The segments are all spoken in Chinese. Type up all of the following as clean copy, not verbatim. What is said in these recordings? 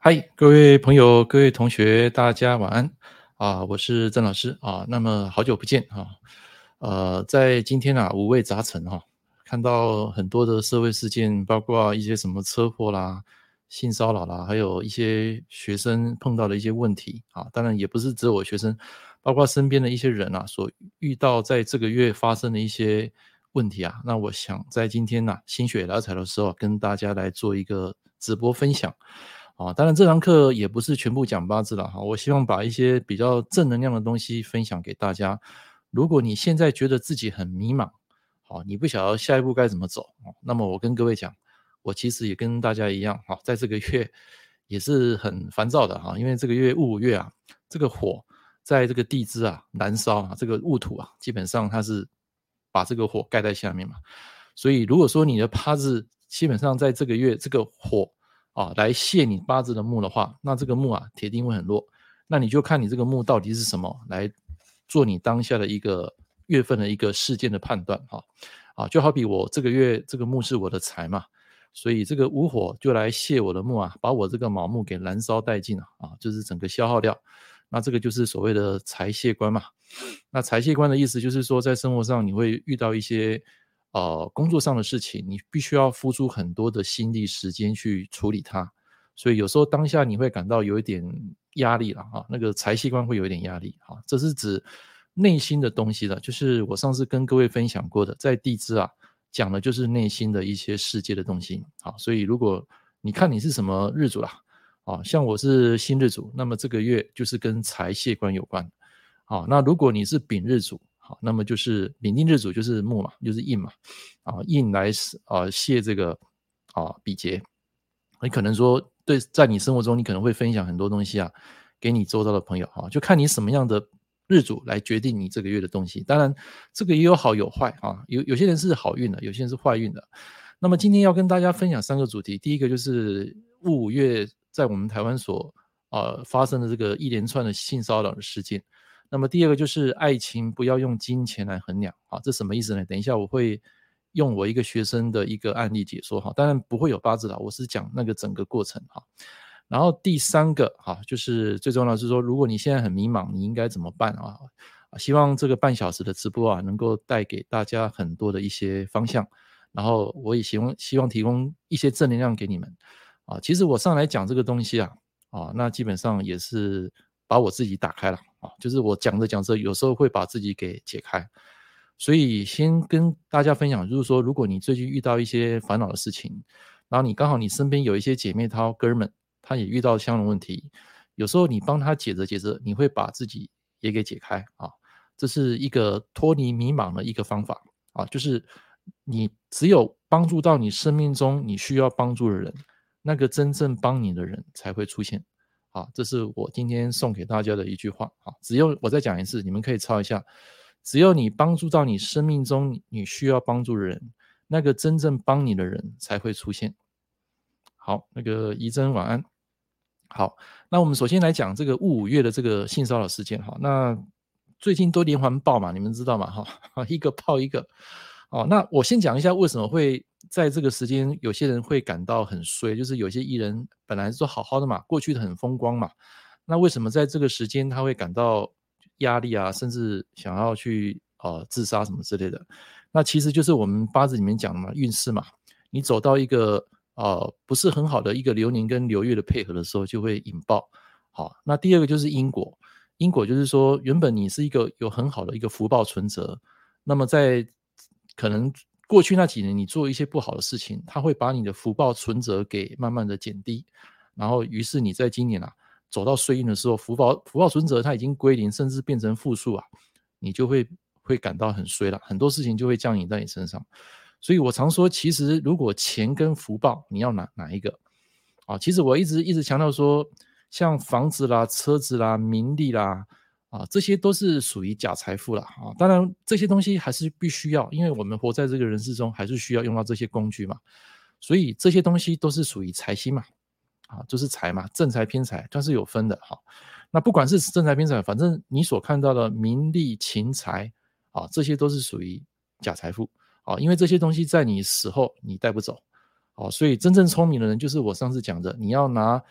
嗨，各位朋友，各位同学，大家晚安我是郑老师那么好久不见在今天五味杂陈看到很多的社会事件，包括一些什么车祸啦、性骚扰啦，还有一些学生碰到的一些问题当然也不是只有我学生，包括身边的一些人所遇到在这个月发生的一些问题那我想在今天心血来潮的时候跟大家来做一个直播分享当然这堂课也不是全部讲八字了我希望把一些比较正能量的东西分享给大家。如果你现在觉得自己很迷茫你不晓得下一步该怎么走那么我跟各位讲，我其实也跟大家一样在这个月也是很烦躁的因为这个月戊午月这个火在这个地支燃烧这个戊土基本上它是把这个火盖在下面嘛，所以如果说你的八字基本上在这个月这个火来泄你八字的木的话，那这个木铁定会很弱。那你就看你这个木到底是什么，来做你当下的一个月份的一个事件的判断就好比我这个月这个木是我的财嘛，所以这个午火就来泄我的木把我这个卯木给燃烧殆尽了就是整个消耗掉。那这个就是所谓的财泄官嘛。那财泄官的意思就是说，在生活上你会遇到一些工作上的事情，你必须要付出很多的心力时间去处理它，所以有时候当下你会感到有一点压力了那个财气观会有一点压力这是指内心的东西了，就是我上次跟各位分享过的，在地支讲的就是内心的一些世界的东西所以如果你看你是什么日主啦像我是辛日主，那么这个月就是跟财泄官有关那如果你是丙日主那么就是丙丁日主就是木嘛，就是印嘛印来泄这个比劫。你可能说对，在你生活中你可能会分享很多东西给你周遭的朋友就看你什么样的日主来决定你这个月的东西。当然这个也有好有坏有些人是好运的，有些人是坏运的。那么今天要跟大家分享3个主题，第一个就是戊午月在我们台湾所发生的这个一连串的性骚扰的事件。那么第二个就是爱情不要用金钱来衡量这什么意思呢？等一下我会用我一个学生的一个案例解说当然不会有八字我是讲那个整个过程然后第3个就是最重要的是说，如果你现在很迷茫，你应该怎么办希望这个半小时的直播能够带给大家很多的一些方向，然后我也希望提供一些正能量给你们其实我上来讲这个东西那基本上也是把我自己打开了就是我讲着讲着有时候会把自己给解开。所以先跟大家分享，就是说如果你最近遇到一些烦恼的事情，然后你刚好你身边有一些姐妹淘哥们他也遇到相同问题，有时候你帮他解着解着，你会把自己也给解开这是一个脱离迷茫的一个方法就是你只有帮助到你生命中你需要帮助的人，那个真正帮你的人才会出现这是我今天送给大家的一句话只有我再讲一次，你们可以抄一下，只有你帮助到你生命中你需要帮助的人，那个真正帮你的人才会出现。好，那个怡珍晚安。好，那我们首先来讲这个戊午月的这个性骚扰事件那最近都连环爆嘛，你们知道吗一个爆一个那我先讲一下为什么会在这个时间有些人会感到很衰，就是有些艺人本来说好好的嘛，过去的很风光嘛，那为什么在这个时间他会感到压力甚至想要去自杀什么之类的。那其实就是我们八字里面讲的嘛，运势嘛，你走到一个不是很好的一个流年跟流月的配合的时候就会引爆那第二个就是因果，因果就是说原本你是一个有很好的一个福报存折，那么在可能过去那几年你做一些不好的事情，它会把你的福报存折给慢慢的减低，然后于是你在今年走到岁运的时候，福报存折它已经归零，甚至变成负数你就会感到很衰了，很多事情就会降临在你身上。所以我常说，其实如果钱跟福报你要哪一个其实我一直强调说，像房子啦、车子啦、名利啦这些都是属于假财富啦当然这些东西还是必须要，因为我们活在这个人世中还是需要用到这些工具嘛，所以这些东西都是属于财星嘛就是财嘛，正财偏财它是有分的那不管是正财偏财，反正你所看到的名利情财这些都是属于假财富因为这些东西在你死后你带不走所以真正聪明的人就是我上次讲的，你要拿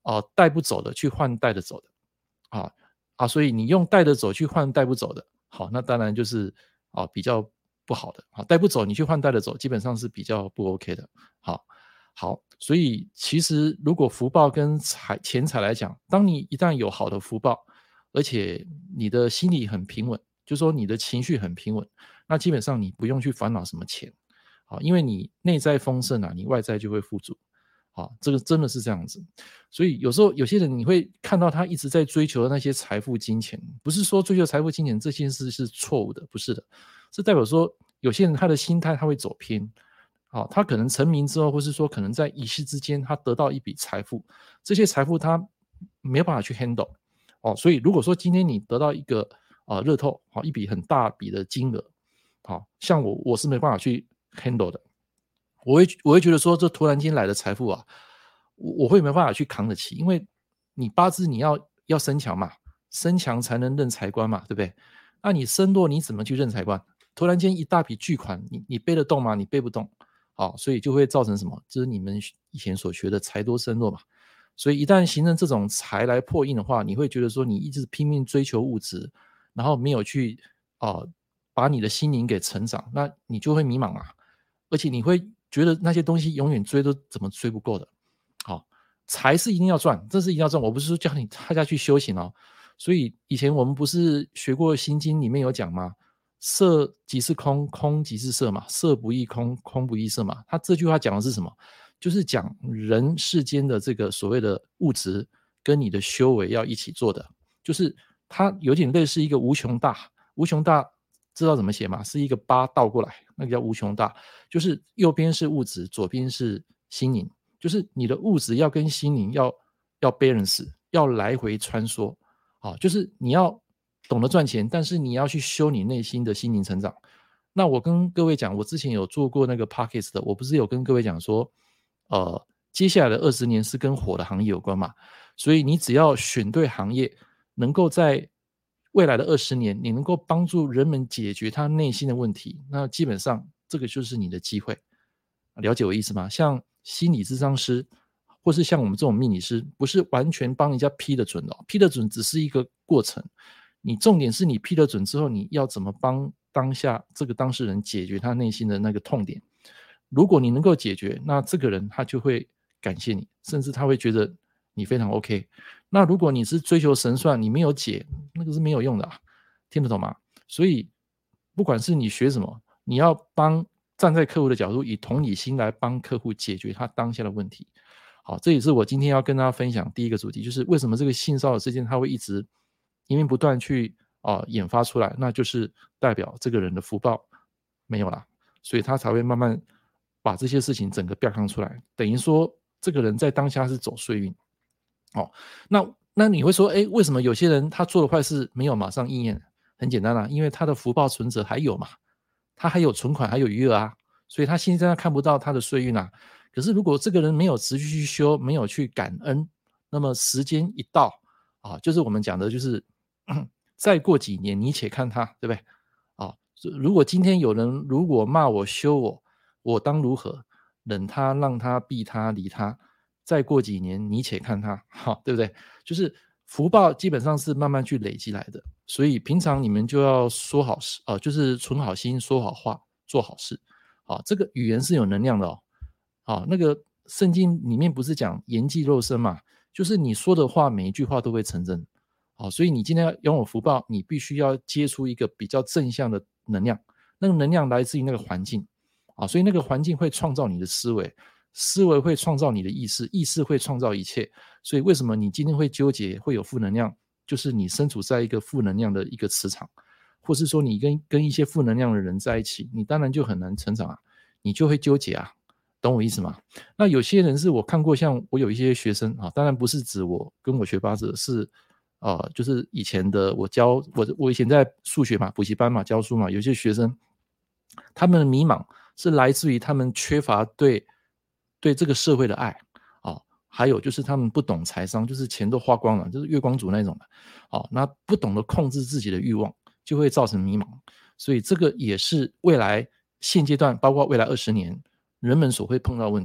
带不走的去换带得走的，所以你用带得走去换带不走的，好，那当然就是比较不好的，带不走你去换带得走，基本上是比较不 OK 的。好，所以其实如果福报跟钱财来讲，当你一旦有好的福报，而且你的心里很平稳，就是说你的情绪很平稳，那基本上你不用去烦恼什么钱，因为你内在丰盛啊，你外在就会富足。这个真的是这样子。所以有时候有些人你会看到他一直在追求的那些财富金钱，不是说追求财富金钱这件事是错误的，不是的，是代表说有些人他的心态他会走偏。他可能成名之后，或是说可能在一夕之间他得到一笔财富，这些财富他没有办法去 handle。所以如果说今天你得到一个乐透，一笔很大笔的金额，像我是没办法去 handle 的。我会觉得说，这突然间来的财富啊，我会没办法去扛得起，因为你八字你要身强嘛，身强才能任财官嘛，对不对？那你身弱你怎么去任财官？突然间一大笔巨款，你背得动吗？你背不动，所以就会造成什么？就是你们以前所学的财多身弱嘛。所以一旦形成这种财来破印的话，你会觉得说你一直拼命追求物质，然后没有去把你的心灵给成长，那你就会迷茫啊，而且你会觉得那些东西永远追都怎么追不够的。财是一定要赚，这是一定要赚，我不是说叫你大家去修行哦。所以以前我们不是学过《心经》里面有讲吗？色即是空，空即是色嘛，色不异空，空不异色嘛。他这句话讲的是什么？就是讲人世间的这个所谓的物质跟你的修为要一起做的，就是它有点类似一个无穷大。无穷大知道怎么写吗？是一个八倒过来，那个叫无穷大，就是右边是物质，左边是心灵，就是你的物质要跟心灵要 balance， 要来回穿梭。就是你要懂得赚钱，但是你要去修你内心的心灵成长。那我跟各位讲，我之前有做过那个 podcast 的，我不是有跟各位讲说，接下来的20年是跟火的行业有关嘛，所以你只要选对行业，能够在未来的20年，你能够帮助人们解决他内心的问题，那基本上这个就是你的机会。了解我意思吗？像心理咨商师，或是像我们这种命理师，不是完全帮人家批得准的，批得准只是一个过程，你重点是你批得准之后，你要怎么帮当下这个当事人解决他内心的那个痛点。如果你能够解决，那这个人他就会感谢你，甚至他会觉得你非常 OK。那如果你是追求神算，你没有解，那个是没有用的，听得懂吗？所以不管是你学什么，你要站在客户的角度，以同理心来帮客户解决他当下的问题。好，这也是我今天要跟大家分享第一个主题，就是为什么这个性骚扰事件它会一直因为不断去研发出来，那就是代表这个人的福报没有了，所以他才会慢慢把这些事情整个表现出来，等于说这个人在当下是走衰运。那你会说，为什么有些人他做的坏事没有马上应验？很简单啦，因为他的福报存折还有嘛，他还有存款，还有余额啊，所以他现在看不到他的岁运啊。可是如果这个人没有持续去修，没有去感恩，那么时间一到就是我们讲的就是再过几年你且看他，对不对？如果今天有人如果骂我羞我，我当如何？忍他让他避他离他，再过几年你且看他，对不对？就是福报基本上是慢慢去累积来的，所以平常你们就要说好事就是存好心，说好话，做好事。这个语言是有能量的那个圣经里面不是讲言既肉身嘛，就是你说的话每一句话都会成真。所以你今天要拥有福报，你必须要接触一个比较正向的能量，那个能量来自于那个环境所以那个环境会创造你的思维，思维会创造你的意识，意识会创造一切。所以为什么你今天会纠结，会有负能量，就是你身处在一个负能量的一个磁场，或是说你跟一些负能量的人在一起，你当然就很难成长啊，你就会纠结啊，懂我意思吗？那有些人是我看过，像我有一些学生当然不是指我跟我学八字，是就是以前的我以前在数学嘛，补习班嘛，教书嘛，有些学生他们的迷茫是来自于他们缺乏对这个社会的爱还有就是他们不懂财商，就是钱都花光了，就是月光族那种的那不懂得控制自己的欲望，就会造成迷茫。所以这个也是未来现阶段，包括未来20年人们所会碰到的问题。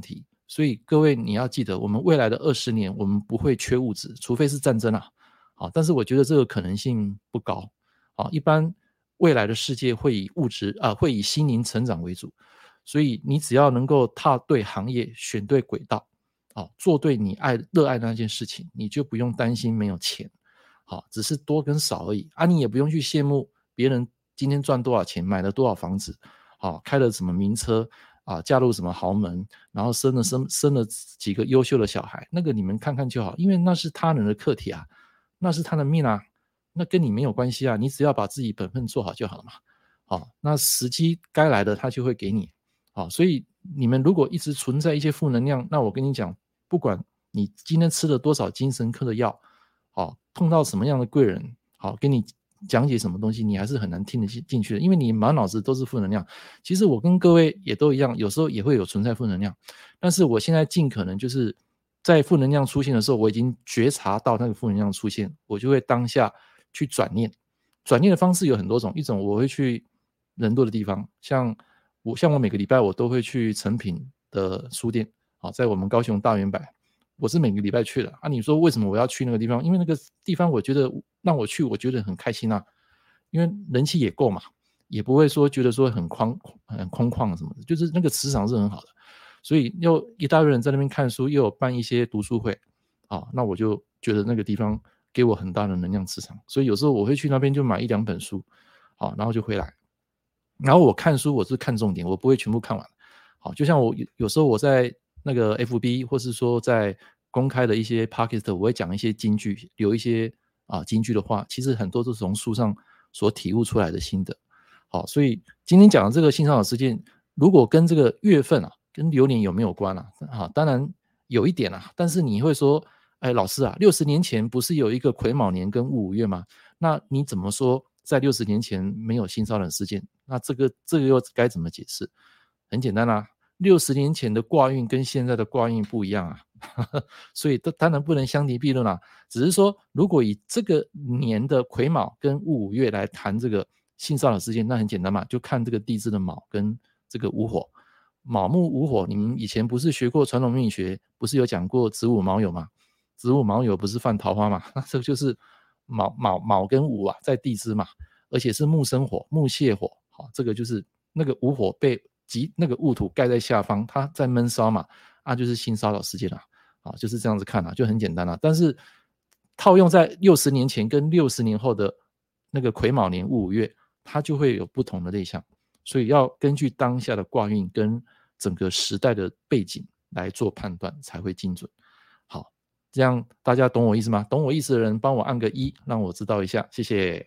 所以各位你要记得，我们未来的20年我们不会缺物质，除非是战争啊。好，但是我觉得这个可能性不高。好，一般未来的世界会以物质会以心灵成长为主，所以你只要能够踏对行业，选对轨道，做对你热爱的那件事情，你就不用担心没有钱。好，只是多跟少而已啊，你也不用去羡慕别人今天赚多少钱，买了多少房子，开了什么名车嫁入什么豪门，然后生了几个优秀的小孩，那个你们看看就好，因为那是他人的课题啊，那是他的命啊，那跟你没有关系啊，你只要把自己本分做好就好了嘛。好，那时机该来的他就会给你。好，所以你们如果一直存在一些负能量，那我跟你讲，不管你今天吃了多少精神科的药，碰到什么样的贵人，跟你讲解什么东西，你还是很难听得进去的，因为你满脑子都是负能量。其实我跟各位也都一样，有时候也会有存在负能量，但是我现在尽可能就是在负能量出现的时候，我已经觉察到那个负能量出现，我就会当下去转念。转念的方式有很多种，一种我会去人多的地方，像我每个礼拜我都会去诚品的书店，在我们高雄大圆柏，我是每个礼拜去的啊。你说为什么我要去那个地方？因为那个地方我觉得让我去，我觉得很开心啊，因为人气也够嘛，也不会说觉得说很空旷什么的，就是那个磁场是很好的，所以又一大堆人在那边看书，又有办一些读书会，那我就觉得那个地方给我很大的能量磁场，所以有时候我会去那边就买1-2本书，然后就回来。然后我看书我是看重点，我不会全部看完。好，就像我有时候我在那个 FB 或是说在公开的一些 Podcast， 我会讲一些金句，留一些金句的话，其实很多都是从书上所体悟出来的心得。好，所以今天讲的这个性骚扰事件，如果跟这个月份跟流年有没有关当然有一点但是你会说，哎，老师60年前不是有一个癸卯年跟戊午月吗？那你怎么说在60年前没有性骚扰事件？那这个又该怎么解释？很简单60年前的卦运跟现在的卦运不一样所以当然不能相提并论只是说如果以这个年的癸卯跟戊午月来谈这个性骚扰事件，那很简单嘛，就看这个地支的卯跟这个午火。卯木午火，你们以前不是学过传统命理学，不是有讲过子午卯酉吗？子午卯酉不是犯桃花吗？那这个就是卯跟午在地支嘛，而且是木生火，木泄火，这个就是那个午火被那个戊土盖在下方，它在闷烧嘛，就是性骚扰事件就是这样子看就很简单但是套用在60年前跟60年后的那个癸卯年戊午月，它就会有不同的类象，所以要根据当下的卦运跟整个时代的背景来做判断才会精准。好，这样大家懂我意思吗？懂我意思的人帮我按个1，让我知道一下，谢谢。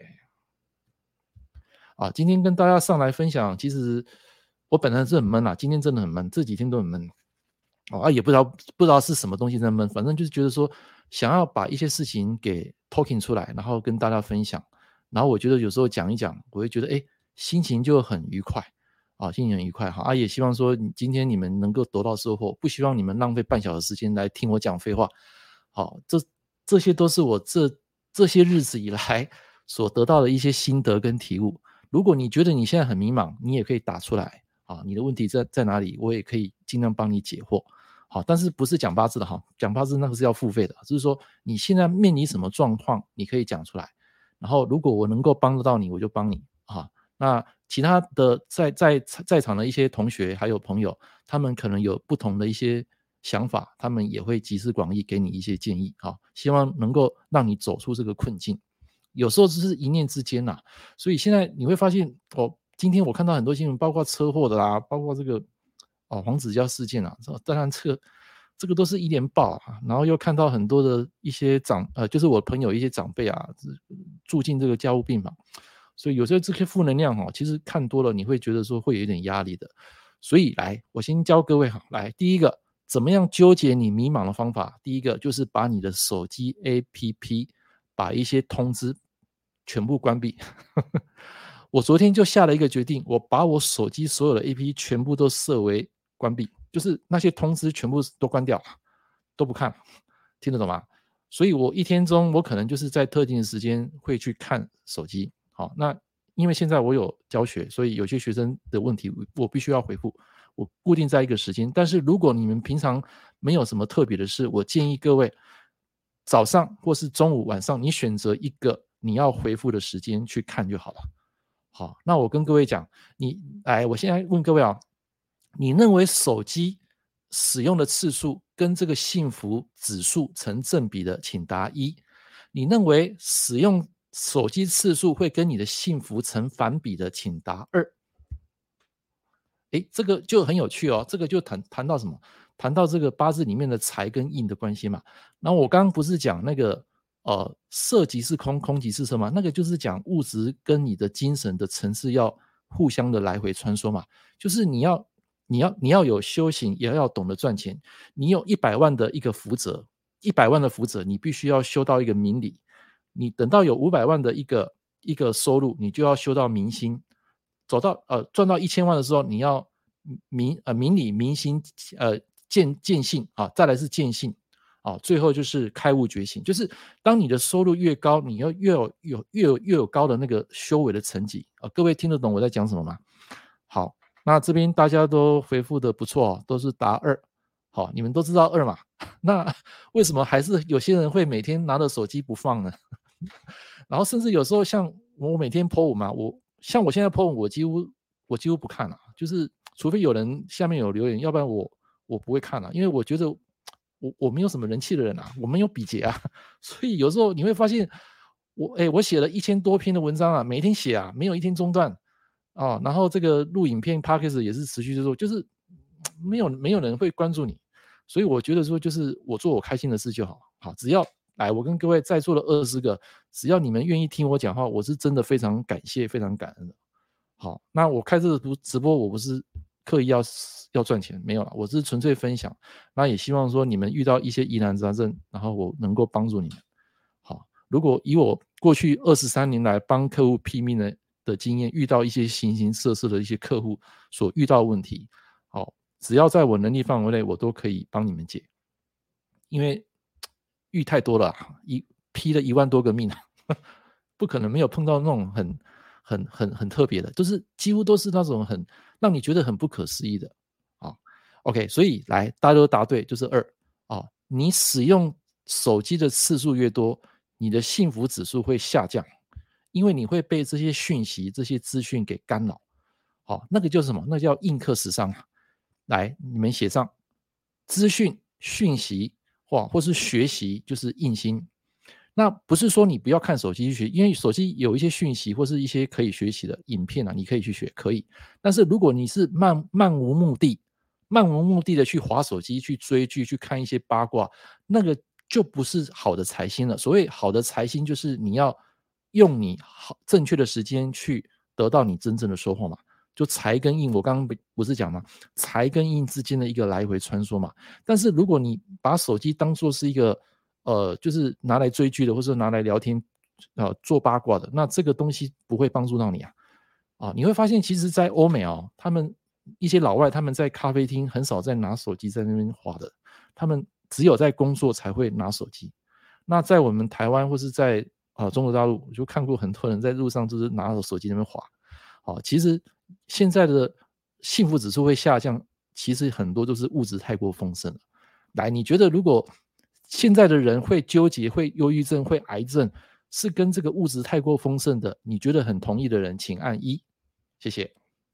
今天跟大家上来分享，其实我本来是很闷今天真的很闷，这几天都很闷也不知道是什么东西在闷，反正就是觉得说想要把一些事情给 talking 出来，然后跟大家分享，然后我觉得有时候讲一讲，我会觉得心情就很愉快心情很愉快也希望说今天你们能够得到收获，不希望你们浪费半小时时间来听我讲废话。这些都是我这些日子以来所得到的一些心得跟体悟。如果你觉得你现在很迷茫，你也可以打出来你的问题在哪里，我也可以尽量帮你解惑。但是不是讲八字的讲八字那个是要付费的，就是说你现在面临什么状况，你可以讲出来，然后如果我能够帮得到你，我就帮你那其他的在场的一些同学还有朋友，他们可能有不同的一些想法，他们也会集思广益给你一些建议希望能够让你走出这个困境。有时候只是一念之间所以现在你会发现今天我看到很多新闻，包括车祸的包括这个黄子佼事件当然这个都是一连爆然后又看到很多的一些就是我朋友一些长辈住进这个家务病房，所以有时候这些负能量其实看多了你会觉得说会有一点压力的。所以来我先教各位来第一个怎么样纠结你迷茫的方法，第一个就是把你的手机 APP 把一些通知全部关闭我昨天就下了一个决定，我把我手机所有的 APP 全部都设为关闭，就是那些通知全部都关掉，都不看，听得懂吗？所以我一天中我可能就是在特定的时间会去看手机。好，那因为现在我有教学，所以有些学生的问题我必须要回复， 我固定在一个时间。但是如果你们平常没有什么特别的事，我建议各位早上或是中午晚上，你选择一个你要回复的时间去看就好了。好，那我跟各位讲，我现在问各位啊，你认为手机使用的次数跟这个幸福指数成正比的，请答一。你认为使用手机次数会跟你的幸福成反比的，请答二。这个就很有趣哦，这个就谈到什么？谈到这个八字里面的财跟印的关系嘛。然后我刚刚不是讲那个色即是空，空即是色嘛，那个就是讲物质跟你的精神的层次要互相的来回穿梭嘛。就是你要有修行，也要懂得赚钱。你有100万的一个福泽，100万的福泽，你必须要修到一个明理。你等到有500万的一个收入，你就要修到明心。赚到1000万的时候，你要明理明心见性啊，再来是见性啊，最后就是开悟觉醒。就是当你的收入越高，你要越有高的那个修为的层级啊。各位听得懂我在讲什么吗？好，那这边大家都回复的不错，都是答二。好，你们都知道二嘛？那为什么还是有些人会每天拿着手机不放呢？然后甚至有时候像我每天 po 文嘛，像我现在 po 文，我几乎不看了，就是除非有人下面有留言，要不然我不会看了，因为我觉得我没有什么人气的人啊，我没有比劫啊，所以有时候你会发现我写了1000多篇的文章啊，每天写啊，没有一天中断啊，然后这个录影片 podcast 也是持续做，就是没有人会关注你，所以我觉得说就是我做我开心的事就好，好，只要来，我跟各位在座的20个，只要你们愿意听我讲话，我是真的非常感谢、非常感恩的。好，那我开这个直播，我不是刻意要赚钱，没有啦，我是纯粹分享。那也希望说你们遇到一些疑难杂症，然后我能够帮助你们。好，如果以我过去23年来帮客户拼命的经验，遇到一些形形色色的一些客户所遇到的问题，好，只要在我能力范围内，我都可以帮你们解。因为遇太多了，批了1万多个命，不可能没有碰到那种很特别的，就是几乎都是那种很让你觉得很不可思议的。OK， 所以来大家都答对，就是二。你使用手机的次数越多，你的幸福指数会下降，因为你会被这些讯息、这些资讯给干扰。那个就是什么？那叫印刻时尚。来，你们写上资讯、讯息或是学习，就是印心。那不是说你不要看手机去学，因为手机有一些讯息或是一些可以学习的影片啊，你可以去学，可以。但是如果你是漫无目的的去滑手机、去追剧、去看一些八卦，那个就不是好的财星了。所谓好的财星，就是你要用你正确的时间去得到你真正的收获嘛。就财跟印，我刚刚不是讲吗？财跟印之间的一个来回穿梭嘛。但是如果你把手机当作是一个就是拿来追剧的，或者拿来聊天做八卦的，那这个东西不会帮助到你啊。你会发现其实在欧美他们一些老外他们在咖啡厅很少在拿手机在那边滑的，他们只有在工作才会拿手机。那在我们台湾或是在中国大陆，我就看过很多人在路上就是拿着手机那边滑。其实现在的幸福指数会下降，其实很多都是物质太过丰盛了。来，你觉得如果现在的人会纠结、会忧郁症、会癌症，是跟这个物质太过丰盛的？你觉得很同意的人，请按1，谢谢。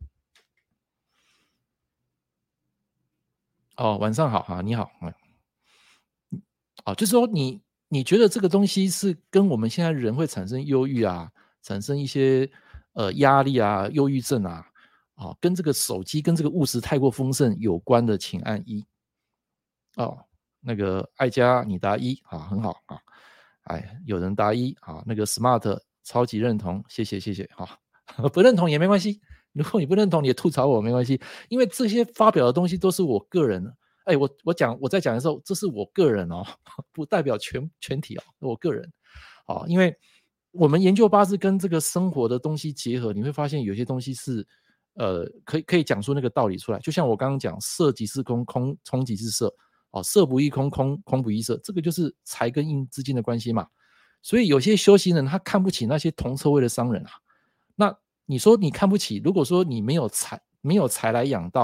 晚上好你好。就是说你觉得这个东西是跟我们现在人会产生忧郁啊，产生一些压力啊、忧郁症啊，跟这个手机跟这个物质太过丰盛有关的，请按1。那个爱家你答1，很好啊。有人答1，那个 smart 超级认同，谢谢不认同也没关系，如果你不认同你也吐槽我没关系，因为这些发表的东西都是我个人的。我在讲的时候，这是我个人不代表全体我个人。因为我们研究八字跟这个生活的东西结合，你会发现有些东西是可以讲出那个道理出来。就像我刚刚讲，色即是空，空即是色。色不异空，空不异色，这个就是财跟印之间的关系嘛。所以有些修行人他看不起那些铜臭味的商人那你说你看不起，如果说你没有财来养道，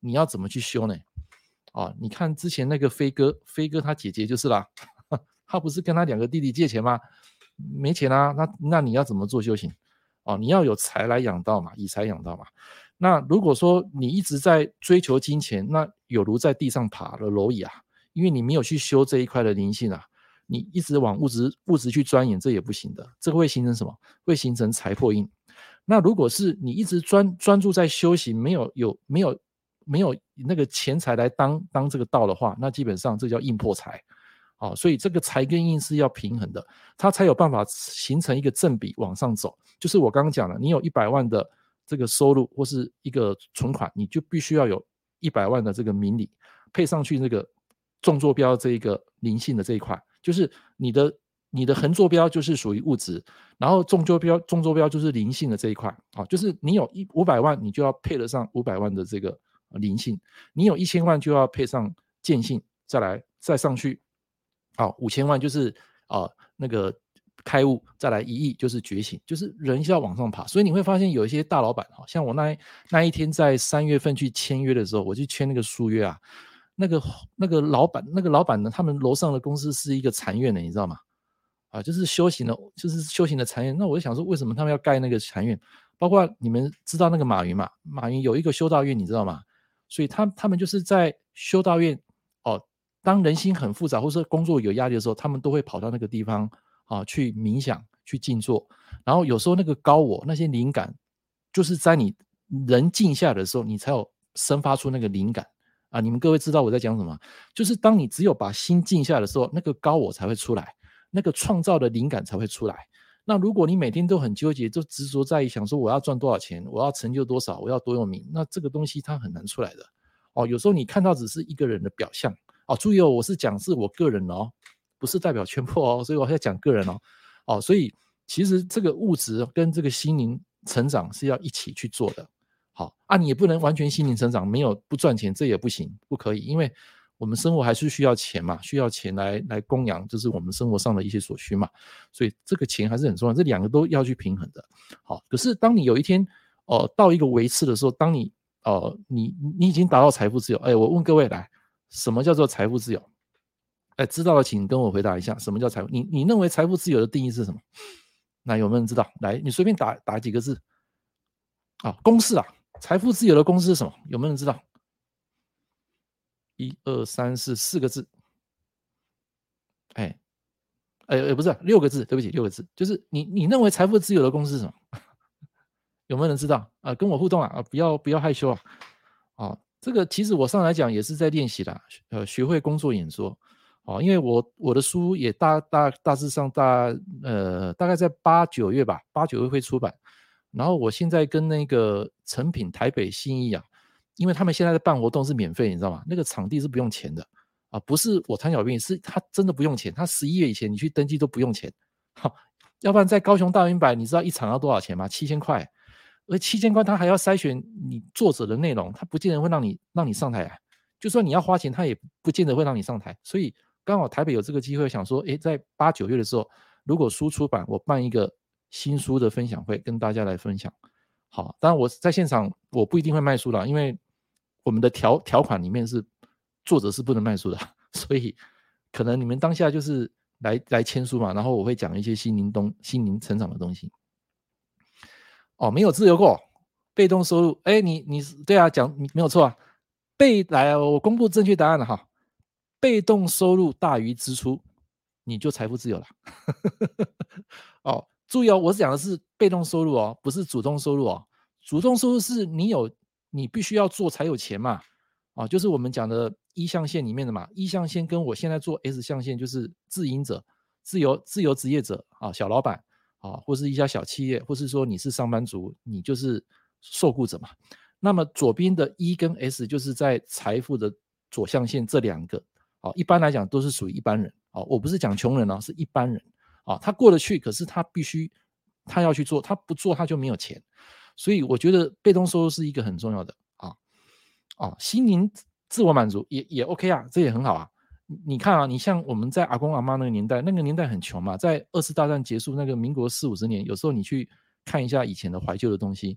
你要怎么去修呢？你看之前那个飞哥他姐姐就是啦，他不是跟他2个弟弟借钱吗？没钱啊，那你要怎么做修行？你要有财来养道嘛，以财养道嘛。那如果说你一直在追求金钱，那有如在地上爬了蝼蚁啊，因为你没有去修这一块的灵性啊，你一直往物质去钻研，这也不行的，这个会形成什么？会形成财破印。那如果是你一直专注在修行，没有那个钱财来当这个道的话，那基本上这叫印破财。所以这个财跟印是要平衡的，它才有办法形成一个正比往上走。就是我刚刚讲了，你有100万的这个收入或是一个存款，你就必须要有100万的这个明理，配上去那个纵坐标这一个灵性的这一块，就是你的横坐标就是属于物质，然后纵坐标就是灵性的这一块。就是你有500万，你就要配得上500万的这个灵性，你有1000万就要配上见性，再上去5000万就是那个开悟，再来1亿就是觉醒，就是人是要往上爬。所以你会发现有一些大老板，像我那一天在3月份去签约的时候，我去签那个书约啊，那个老板呢，他们楼上的公司是一个禅院的，你知道吗？就是修行的禅院。那我就想说，为什么他们要盖那个禅院？包括你们知道那个马云嘛？马云有一个修道院，你知道吗？所以他们就是在修道院当人心很复杂或是工作有压力的时候，他们都会跑到那个地方去冥想、去静坐。然后有时候那个高我那些灵感，就是在你人静下来的时候，你才有生发出那个灵感你们各位知道我在讲什么？就是当你只有把心静下来的时候，那个高我才会出来，那个创造的灵感才会出来。那如果你每天都很纠结，就执着在于想说我要赚多少钱，我要成就多少，我要多有名，那这个东西它很难出来的。有时候你看到只是一个人的表象。注意我是讲是我个人不是代表全部所以我在讲个人所以其实这个物质跟这个心灵成长是要一起去做的。你也不能完全心灵成长没有不赚钱，这也不行，不可以，因为我们生活还是需要钱嘛，需要钱来供养，就是我们生活上的一些所需嘛，所以这个钱还是很重要，这2个都要去平衡的。可是当你有一天到一个维次的时候，当你已经达到财富自由，我问各位来，什么叫做财富自由？知道的请跟我回答一下，什么叫财富？你认为财富自由的定义是什么？那有没有人知道？来，你随便打几个字公式财富自由的公式是什么？有没有人知道？1、2、3、4个字。不是6个字，对不起，6个字，就是你认为财富自由的公式是什么？有没有人知道跟我互动不要害羞这个其实我上来讲也是在练习啦，学会工作演说因为我的书也大致上大概在8、9月吧，8、9月会出版。然后我现在跟那个诚品台北信义因为他们现在在办活动是免费，你知道吗？那个场地是不用钱的不是我贪小便宜，是他真的不用钱，他11月以前你去登记都不用钱要不然在高雄大明白你知道一场要多少钱吗？7000块。而7000块他还要筛选你作者的内容，他不见得会让你上台就算你要花钱他也不见得会让你上台。所以刚好台北有这个机会，想说在8、9月的时候，如果书出版，我办一个新书的分享会跟大家来分享。当然我在现场我不一定会卖书啦，因为我们的条款里面是作者是不能卖书的，所以可能你们当下就是来签书嘛，然后我会讲一些心灵成长的东西。没有自由过，被动收入，你对讲没有错来我公布正确答案了被动收入大于支出，你就财富自由了注意我讲的是被动收入不是主动收入主动收入是你必须要做才有钱嘛就是我们讲的一象限里面的嘛，一象限跟我现在做 S 象限就是自营者、自由职业者小老板或是一家小企业，或是说你是上班族，你就是受雇者嘛。那么左边的 E 跟 S 就是在财富的左象限这2个一般来讲都是属于一般人我不是讲穷人是一般人他过得去，可是他要去做，他不做他就没有钱。所以我觉得被动收入是一个很重要的心灵自我满足也 OK 这也很好你看你像我们在阿公阿妈那个年代很穷嘛，在2次大战结束那个民国40、50年，有时候你去看一下以前的怀旧的东西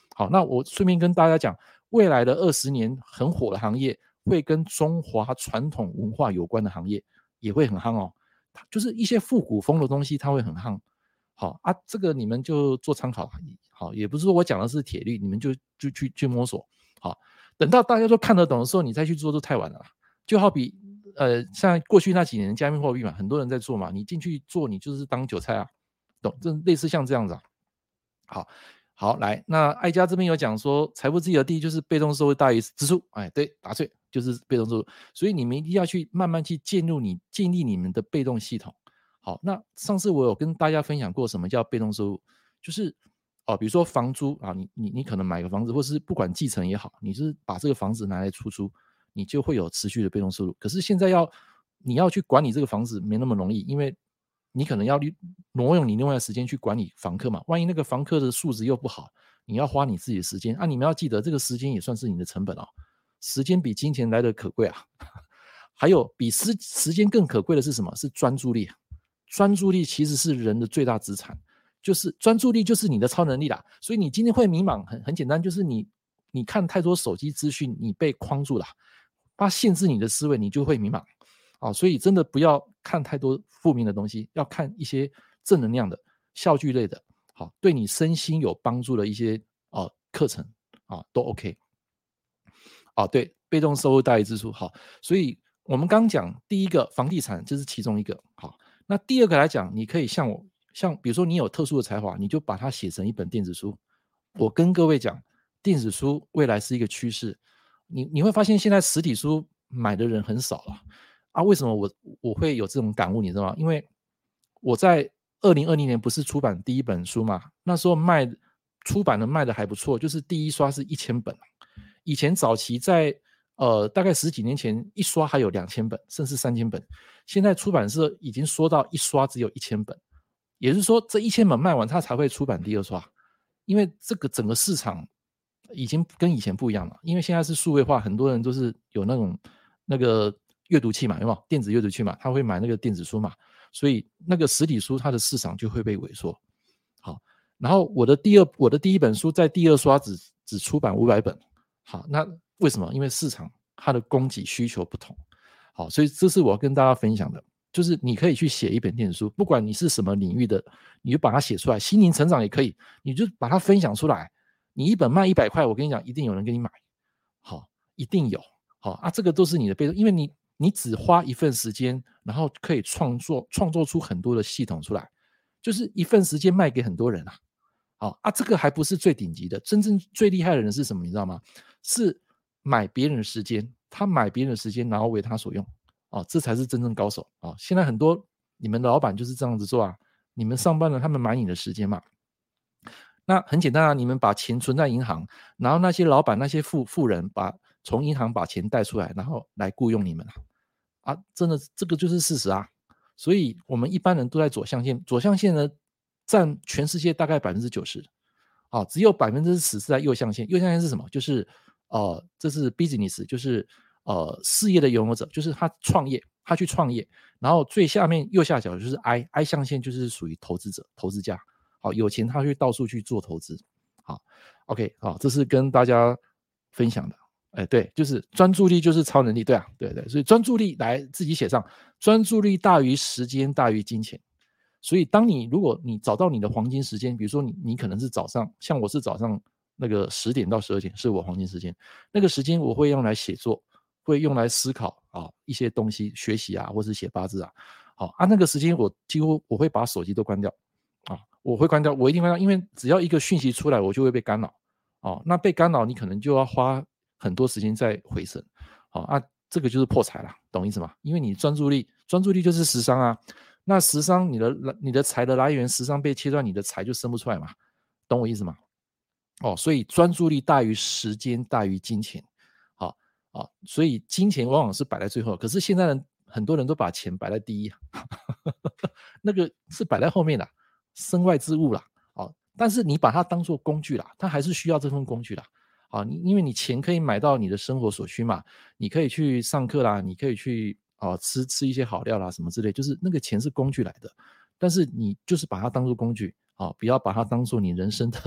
好，那我顺便跟大家讲，未来的20年很火的行业，会跟中华传统文化有关的行业也会很夯哦。就是一些复古风的东西，它会很夯。好啊，这个你们就做参考。好，也不是说我讲的是铁律，你们就去摸索。好，等到大家都看得懂的时候，你再去做就太晚了啦。就好比像过去那几年加密货币嘛，很多人在做嘛，你进去做，你就是当韭菜啊，懂？这类似像这样子啊。好，来，那艾佳这边有讲说，财富自由的第一就是被动收入大于支出。哎，对，答对，就是被动收入。所以你们一定要去慢慢去建立你们的被动系统。好，那上次我有跟大家分享过什么叫被动收入，就是比如说房租啊，你可能买个房子，或是不管继承也好，你是把这个房子拿来出租，你就会有持续的被动收入。可是现在你要去管理这个房子没那么容易，因为你可能要挪用你另外的时间去管理房客嘛，万一那个房客的素质又不好，你要花你自己的时间啊。你们要记得，这个时间也算是你的成本哦，时间比金钱来的可贵啊。还有比时间更可贵的是什么？是专注力。专注力其实是人的最大资产，就是专注力就是你的超能力啦。所以你今天会迷茫，很简单，就是你看太多手机资讯，你被框住了，它限制你的思维，你就会迷茫。所以真的不要看太多负面的东西，要看一些正能量的、效具类的，好，对你身心有帮助的一些课程都 OK。对，被动收入大于支出。好，所以我们刚讲第一个房地产，这是其中一个。好，那第二个来讲，你可以像比如说你有特殊的才华，你就把它写成一本电子书。我跟各位讲，电子书未来是一个趋势。你会发现现在实体书买的人很少了为什么我会有这种感悟，你知道吗？因为我在2020年不是出版第一本书嘛，那时候出版的卖的还不错，就是第一刷是1000本。以前早期在大概10几年前，一刷还有2000本，甚至3000本。现在出版社已经缩到一刷只有1000本，也就是说这1000本卖完，它才会出版第二刷。因为这个整个市场已经跟以前不一样了，因为现在是数位化，很多人都是有那个阅读器嘛，有没有电子阅读器嘛？他会买那个电子书嘛，所以那个实体书它的市场就会被萎缩。好，然后我的第一本书在第二刷只出版500本。好，那为什么？因为市场它的供给需求不同。好，所以这是我要跟大家分享的，就是你可以去写一本电子书，不管你是什么领域的，你就把它写出来，心灵成长也可以，你就把它分享出来。你一本卖100块，我跟你讲，一定有人给你买。好，一定有。好这个都是你的被动，因为你只花一份时间，然后可以创作出很多的系统出来，就是一份时间卖给很多人这个还不是最顶级的，真正最厉害的人是什么？你知道吗？是买别人的时间，他买别人的时间，然后为他所用这才是真正高手现在很多你们的老板就是这样子做你们上班了，他们买你的时间嘛。那很简单你们把钱存在银行，然后那些老板那些富人从银行把钱带出来，然后来雇佣你们真的这个就是事实所以我们一般人都在左象限，左象限呢占全世界大概90%只有10%是在右象限。右象限是什么？就是这是 business， 就是事业的拥有者，就是他去创业，然后最下面右下角就是 I 象限，就是属于投资者、投资家。有钱他会到处去做投资。OK， 这是跟大家分享的。对，就是专注力就是超能力，对对，所以专注力来自己写上，专注力大于时间大于金钱。所以如果你找到你的黄金时间，比如说你可能是早上，像我是早上那个10点到12点是我黄金时间，那个时间我会用来写作，会用来思考一些东西，学习或是写八字那个时间我几乎我会把手机都关掉我会关掉，我一定关掉，因为只要一个讯息出来，我就会被干扰那被干扰，你可能就要花很多时间在回神这个就是破财了，懂意思吗？因为你专注力就是食伤那食伤你的财的来源，食伤被切断，你的财就生不出来嘛，懂我意思吗？所以专注力大于时间大于金钱所以金钱往往是摆在最后，可是现在很多人都把钱摆在第一那个是摆在后面的身外之物啦但是你把它当作工具啦，它还是需要这份工具啦因为你钱可以买到你的生活所需嘛，你可以去上课啦，你可以去吃一些好料啦什么之类，就是那个钱是工具来的，但是你就是把它当作工具不要把它当作你人生的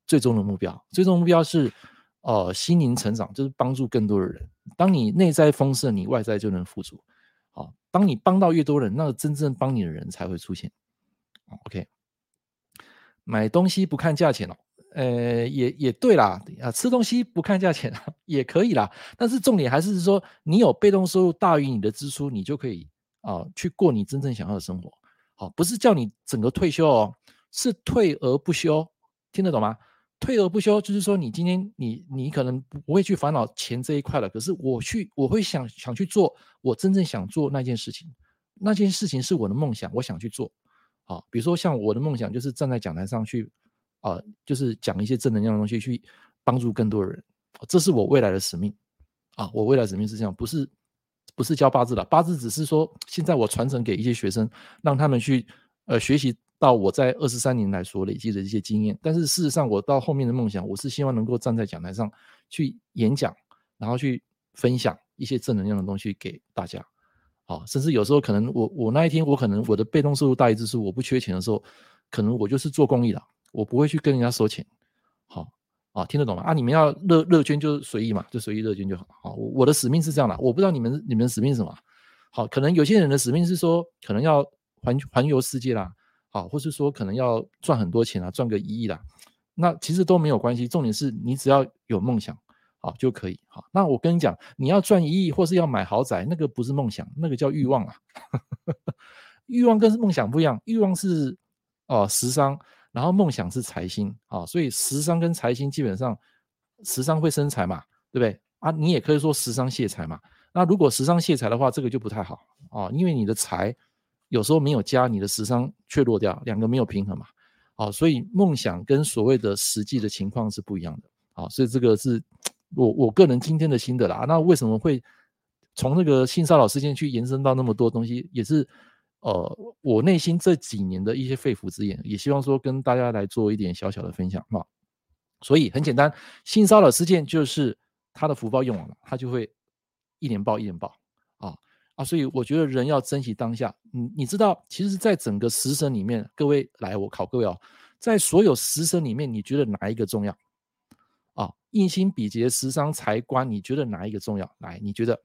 最终的目标。最终的目标是心灵成长，就是帮助更多的人。当你内在丰盛，你外在就能富足。当你帮到越多人，那真正帮你的人才会出现。OK， 买东西不看价钱也对啦，吃东西不看价钱也可以啦，但是重点还是说，你有被动收入大于你的支出，你就可以去过你真正想要的生活。不是叫你整个退休哦，是退而不休，听得懂吗？退而不休就是说，你今天你可能不会去烦恼钱这一块了，可是我会想去做我真正想做那件事情，那件事情是我的梦想，我想去做。比如说像我的梦想就是站在讲台上去就是讲一些正能量的东西，去帮助更多的人，这是我未来的使命我未来的使命是这样，不是教八字的，八字只是说现在我传承给一些学生，让他们去学习到我在23年来所累积的一些经验。但是事实上，我到后面的梦想，我是希望能够站在讲台上去演讲，然后去分享一些正能量的东西给大家。甚至有时候可能我那一天我可能我的被动收入大于支出，我不缺钱的时候，可能我就是做公益的，我不会去跟人家收钱。听得懂吗？你们要乐捐就随意嘛，就随意乐捐就好。我的使命是这样的，我不知道你们的使命是什么。可能有些人的使命是说，可能要环游世界啦，或是说可能要赚很多钱赚个1亿啦，那其实都没有关系。重点是你只要有梦想就可以。那我跟你讲，你要赚1亿或是要买豪宅，那个不是梦想，那个叫欲望欲望跟梦想不一样，欲望是食伤，然后梦想是财星所以食伤跟财星基本上，食伤会生财嘛，对不对你也可以说食伤泄财嘛。那如果食伤泄财的话，这个就不太好因为你的财有时候没有加，你的食伤却落掉，两个没有平衡嘛所以梦想跟所谓的实际的情况是不一样的所以这个是我个人今天的心得啦。那为什么会从那个性骚扰事件去延伸到那么多东西，也是我内心这几年的一些肺腑之言，也希望说跟大家来做一点小小的分享所以很简单，性骚扰事件就是他的福报用完了，他就会一年报一年报所以我觉得人要珍惜当下。你知道，其实在整个食神里面，各位来，我考各位在所有食神里面，你觉得哪一个重要印星比劫食伤财官，你觉得哪一个重要？来，你觉得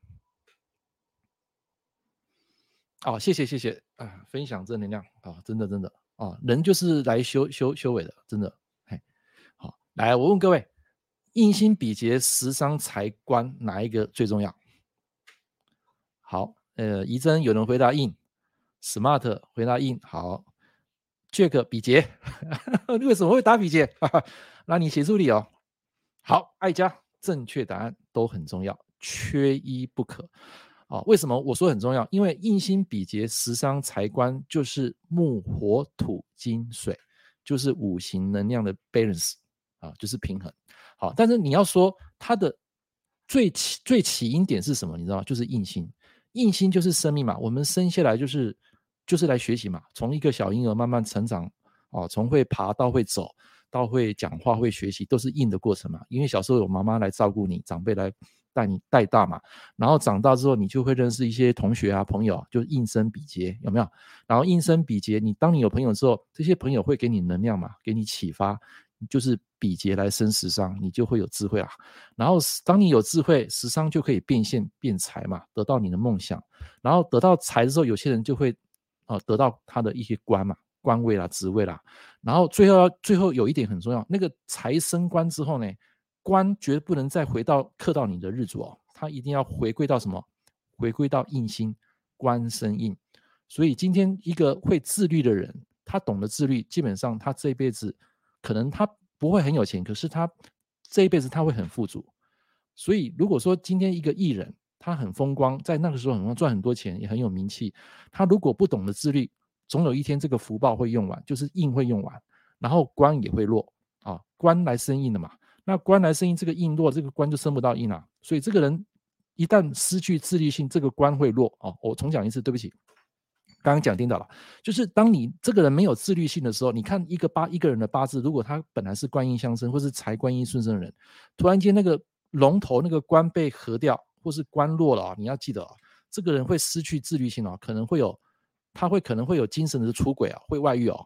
谢谢分享正能量真的人就是来修为的，真的来，我问各位，印星比劫食伤财官哪一个最重要？好，怡珍有人回答印 ，Smart 回答印，好 ，Jack 比劫，你为什么会打比劫？那你写出理好，爱家正确答案都很重要，缺一不可为什么我说很重要？因为印星比劫食伤财官就是木火土金水，就是5行能量的 balance 就是平衡。好，但是你要说它的最起因点是什么？你知道吗？就是印星。印星就是生命嘛，我们生下来就是来学习嘛，从一个小婴儿慢慢成长从会爬到会走，到会讲话会学习，都是印的过程嘛。因为小时候有妈妈来照顾你，长辈来带大嘛，然后长大之后你就会认识一些同学朋友，就印生比劫，有没有？然后印生比劫，当你有朋友之后，这些朋友会给你能量嘛，给你启发，就是比劫来生食伤，你就会有智慧然后当你有智慧，食伤就可以变现变财嘛，得到你的梦想。然后得到财之后，有些人就会得到他的一些官嘛，官位啦、职位啦。然后最后有一点很重要，那个财升官之后呢，官绝不能再克到你的日主他一定要回归到什么？回归到印星，官生印。所以今天一个会自律的人，他懂得自律，基本上他这一辈子可能他不会很有钱，可是他这一辈子他会很富足。所以如果说今天一个艺人他很风光，在那个时候很光赚很多钱，也很有名气，他如果不懂得自律，总有一天这个福报会用完，就是印会用完，然后官也会落官来生印的嘛。那官来生印，这个印落，这个官就生不到印所以这个人一旦失去自律性，这个官会落我重讲一次，对不起，刚刚讲颠倒了，就是当你这个人没有自律性的时候，你看一个人的八字，如果他本来是官印相生或是财官印顺生的人，突然间那个龙头那个官被合掉，或是官落了你要记得这个人会失去自律性可能会有精神的出轨会外遇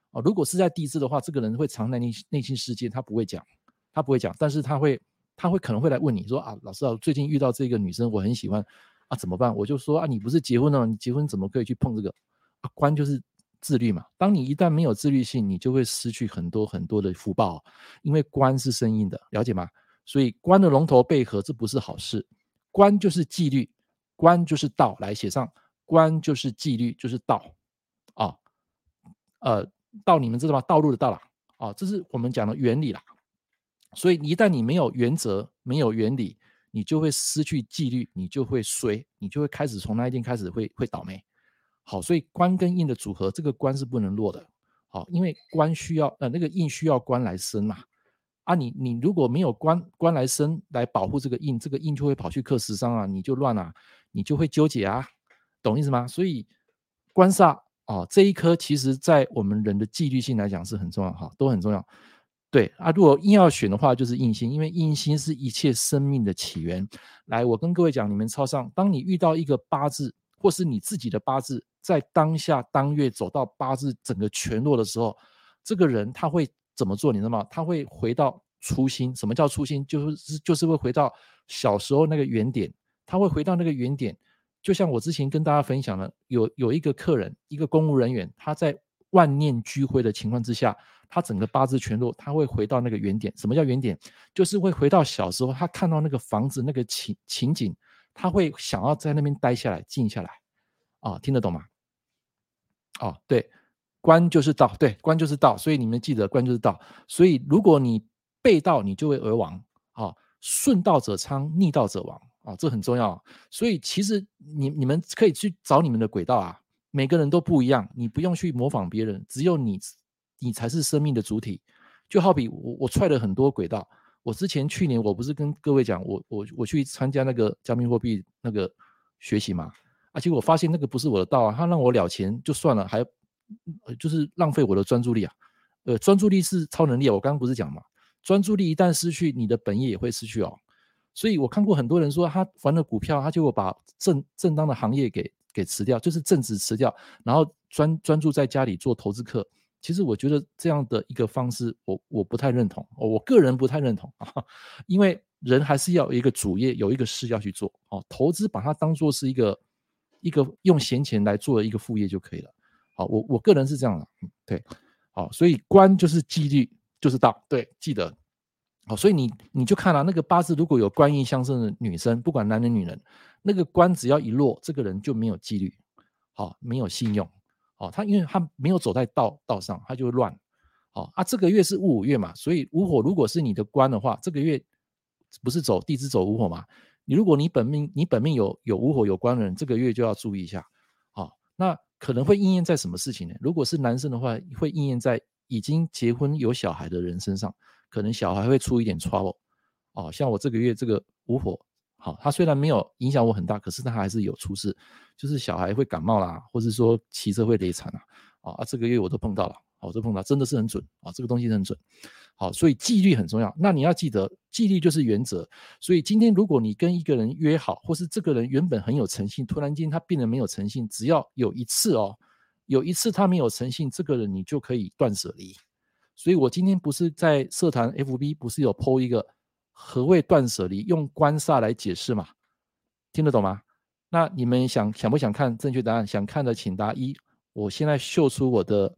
如果是在地支的话，这个人会藏在内心世界，他不会讲，但是他可能会来问你说啊，老师啊，最近遇到这个女生我很喜欢啊，怎么办？我就说啊，你不是结婚了吗？你结婚怎么可以去碰这个？啊，官就是自律嘛。当你一旦没有自律性，你就会失去很多很多的福报，因为官是生硬的，了解吗？所以官的龙头背合，这不是好事。官就是纪律，官就是道，来写上，官就是纪律，就是道啊。道你们知道吗？道路的道啦，这是我们讲的原理啦。所以一旦你没有原则，没有原理，你就会失去纪律，你就会衰，你就会开始从那一天开始会倒霉。好，所以官跟印的组合，这个官是不能弱的。好，因为官需要那个印需要官来生嘛。啊你如果没有官来生来保护这个印，这个印就会跑去克食伤啊，你就乱啊，你就会纠结啊，懂意思吗？所以官煞这一颗其实在我们人的纪律性来讲是很重要哈，都很重要。对啊，如果硬要选的话，就是印星，因为印星是一切生命的起源。来，我跟各位讲，你们抄上，当你遇到一个八字，或是你自己的八字，在当下当月走到八字整个全落的时候，这个人他会怎么做？你知道吗？他会回到初心。什么叫初心？就是会回到小时候那个原点，他会回到那个原点。就像我之前跟大家分享的，有一个客人，一个公务人员，他在万念俱灰的情况之下，他整个八字全落，他会回到那个原点。什么叫原点？就是会回到小时候，他看到那个房子那个情景，他会想要在那边待下来，静下来。听得懂吗？对，官就是道，对，官就是道，所以你们记得官就是道。所以如果你背道，你就会而亡。顺道者昌，逆道者亡。这很重要。所以其实你们可以去找你们的轨道啊，每个人都不一样，你不用去模仿别人，只有你才是生命的主体。就好比我踹了很多轨道，我去年我不是跟各位讲，我去参加那个加密货币那个学习嘛，结果我发现那个不是我的道啊，他让我了钱就算了，还就是浪费我的专注力啊。专注力是超能力啊，我刚刚不是讲嘛，专注力一旦失去，你的本业也会失去哦。所以我看过很多人说，他玩了股票，他就把正当的行业给辞掉，就是正职辞掉，然后专注在家里做投资客。其实我觉得这样的一个方式，我不太认同，我个人不太认同因为人还是要有一个主业，有一个事要去做投资把它当做是一个用闲钱来做的一个副业就可以了。我个人是这样的，对，所以官就是纪律，就是道，对，记得。所以你就看那个八字如果有官印相生的女生，不管男人女人，那个官只要一落，这个人就没有纪律，没有信用，他因为他没有走在道上，他就会乱。这个月是戊午月嘛，所以午火如果是你的官的话，这个月不是走地支走午火嘛？如果你本命有午火有官的人，这个月就要注意一下。那可能会应验在什么事情呢？如果是男生的话，会应验在已经结婚有小孩的人身上，可能小孩会出一点 trouble。像我这个月这个午火，他虽然没有影响我很大，可是他还是有出事，就是小孩会感冒啦，或是说骑车会累惨这个月我都碰到了。真的是很准这个东西很准。所以纪律很重要。那你要记得，纪律就是原则。所以今天如果你跟一个人约好，或是这个人原本很有诚信，突然间他变得没有诚信，只要有一次他没有诚信，这个人你就可以断舍离。所以我今天不是在社团 FB 不是有 po 一个何谓断舍离，用官煞来解释嘛？听得懂吗？那你们想不想看正确答案？想看的请答一。我现在秀出我的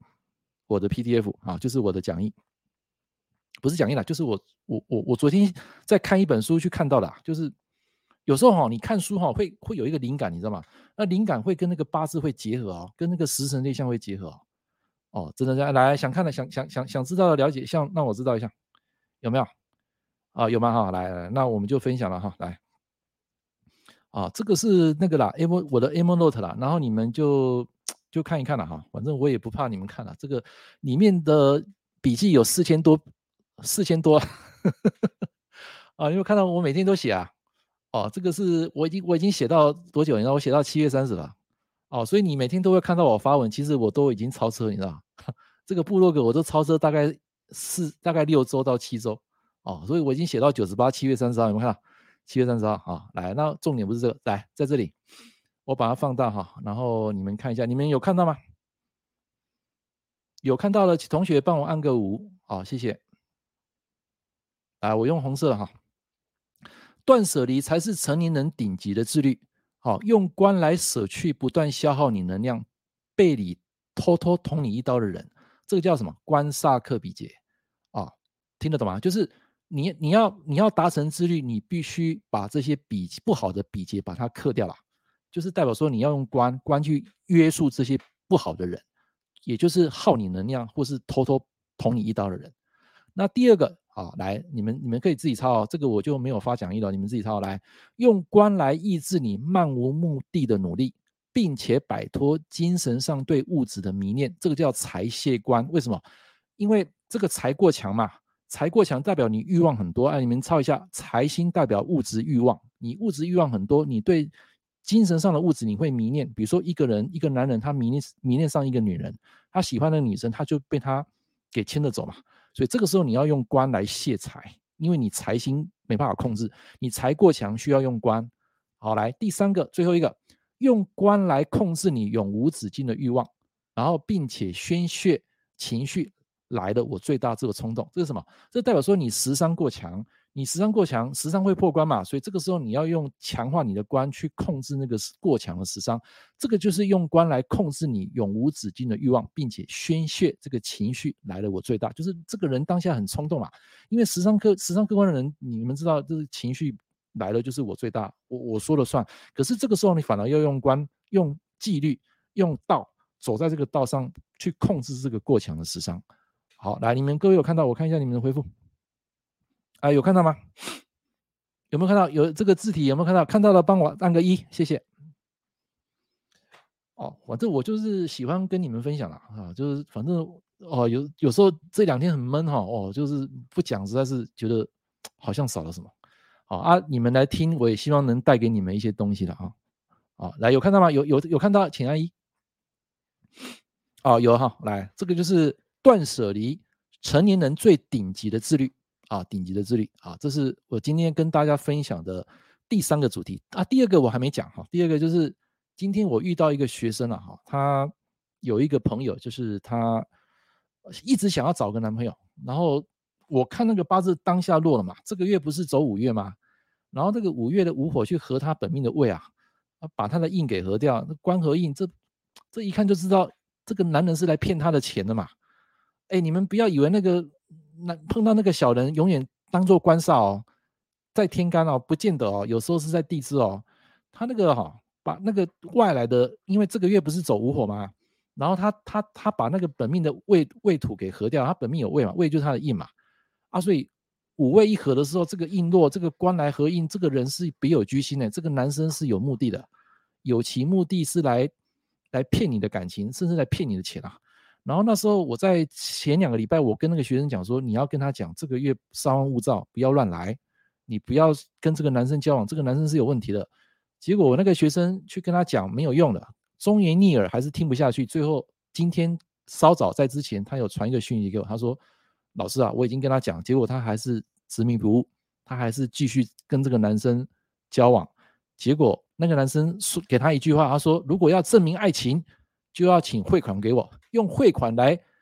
PDF 就是我的讲义，不是讲义啦，就是我昨天在看一本书去看到的就是有时候你看书会有一个灵感，你知道吗？那灵感会跟那个八字会结合跟那个食神内象会结合真的来想看的想知道的了解，让我知道一下有没有有吗来，那我们就分享了来这个是那个啦我的 Evernote 啦，然后你们就看一看啦反正我也不怕你们看啦，这个里面的笔记有4000多因为看到我每天都写这个是我已经写到多久？你知道我写到7月30了所以你每天都会看到我发文，其实我都已经超车，你知道这个部落格我都超车大概6周到7周所以我已经写到98，7月30号，有没有看到？7月30号来，那重点不是这个，来在这里，我把它放大然后你们看一下，你们有看到吗？ 有看到的同学帮我按个5，好，谢谢。来，我用红色哈。断舍离才是成年人顶级的自律。好，用关来舍去不断消耗你能量、被你偷偷捅你一刀的人，这个叫什么？关煞克比劫啊，听得懂吗？就是你要达成自律，你必须把这些不好的比劫把它克掉了，就是代表说你要用关去约束这些不好的人，也就是耗你能量或是偷偷捅你一刀的人。那第二个，好，来，你们可以自己抄，这个我就没有发讲义了，你们自己抄。来，用关来抑制你漫无目的的努力，并且摆脱精神上对物质的迷恋，这个叫财泄关。为什么？因为这个财过强嘛，财过强代表你欲望很多。哎，你们抄一下，财星代表物质欲望，你物质欲望很多，你对精神上的物质你会迷恋。比如说一个男人，他迷恋上一个女人，他喜欢的女生，他就被他给牵着走嘛。所以这个时候你要用官来泄财，因为你财星没办法控制，你财过强需要用官。好，来第三个，最后一个，用官来控制你永无止境的欲望，然后并且宣泄情绪来的我最大这个冲动，这是什么？这代表说你食伤过强，你食伤过强，食伤会破关嘛，所以这个时候你要用强化你的官去控制那个过强的食伤，这个就是用官来控制你永无止境的欲望，并且宣泄这个情绪来了我最大，就是这个人当下很冲动嘛，因为食伤克官的人，你们知道，就是情绪来了就是我最大，我说了算。可是这个时候你反而要用官、用纪律、用道，走在这个道上去控制这个过强的食伤。好，来，你们各位有看到？我看一下你们的回复。啊，有看到吗？有没有看到？有这个字体有没有看到？看到了帮我按个1，谢谢。哦，反正我就是喜欢跟你们分享啦，啊，就是反正哦，有时候这2天很闷哈，哦，就是不讲实在是觉得好像少了什么。好啊，你们来听，我也希望能带给你们一些东西的啊。啊，来，有看到吗？有看到，请按1。哦，有哈，来，这个就是断舍离，成年人最顶级的自律啊，顶级的自律啊，这是我今天跟大家分享的第3个主题啊。第2个我还没讲哈，第2个就是今天我遇到一个学生了哈，他有一个朋友，就是他一直想要找个男朋友，然后我看那个八字当下落了嘛，这个月不是走5月吗？然后这个5月的午火去合他本命的位啊，把他的印给合掉，那官合印，这一看就知道这个男人是来骗他的钱的嘛。哎，你们不要以为碰到那个小人永远当做官煞哦，在天干哦，不见得哦，有时候是在地支哦。他那个把那个外来的，因为这个月不是走午火吗？然后他把那个本命的未土给合掉，他本命有未嘛，未就是他的印嘛。啊，所以五位一合的时候，这个印落，这个官来合印，这个人是别有居心的，这个男生是有目的的，有其目的是来骗你的感情，甚至来骗你的钱啊。然后那时候我在前2个礼拜，我跟那个学生讲说，你要跟他讲，这个月稍安勿躁，不要乱来，你不要跟这个男生交往，这个男生是有问题的。结果我那个学生去跟他讲没有用的，忠言逆耳还是听不下去。最后今天稍早在之前，他有传一个讯息给我，他说：“老师啊，我已经跟他讲，结果他还是执迷不悟，他还是继续跟这个男生交往。结果那个男生给他一句话，他说：如果要证明爱情，就要请汇款给我，用汇款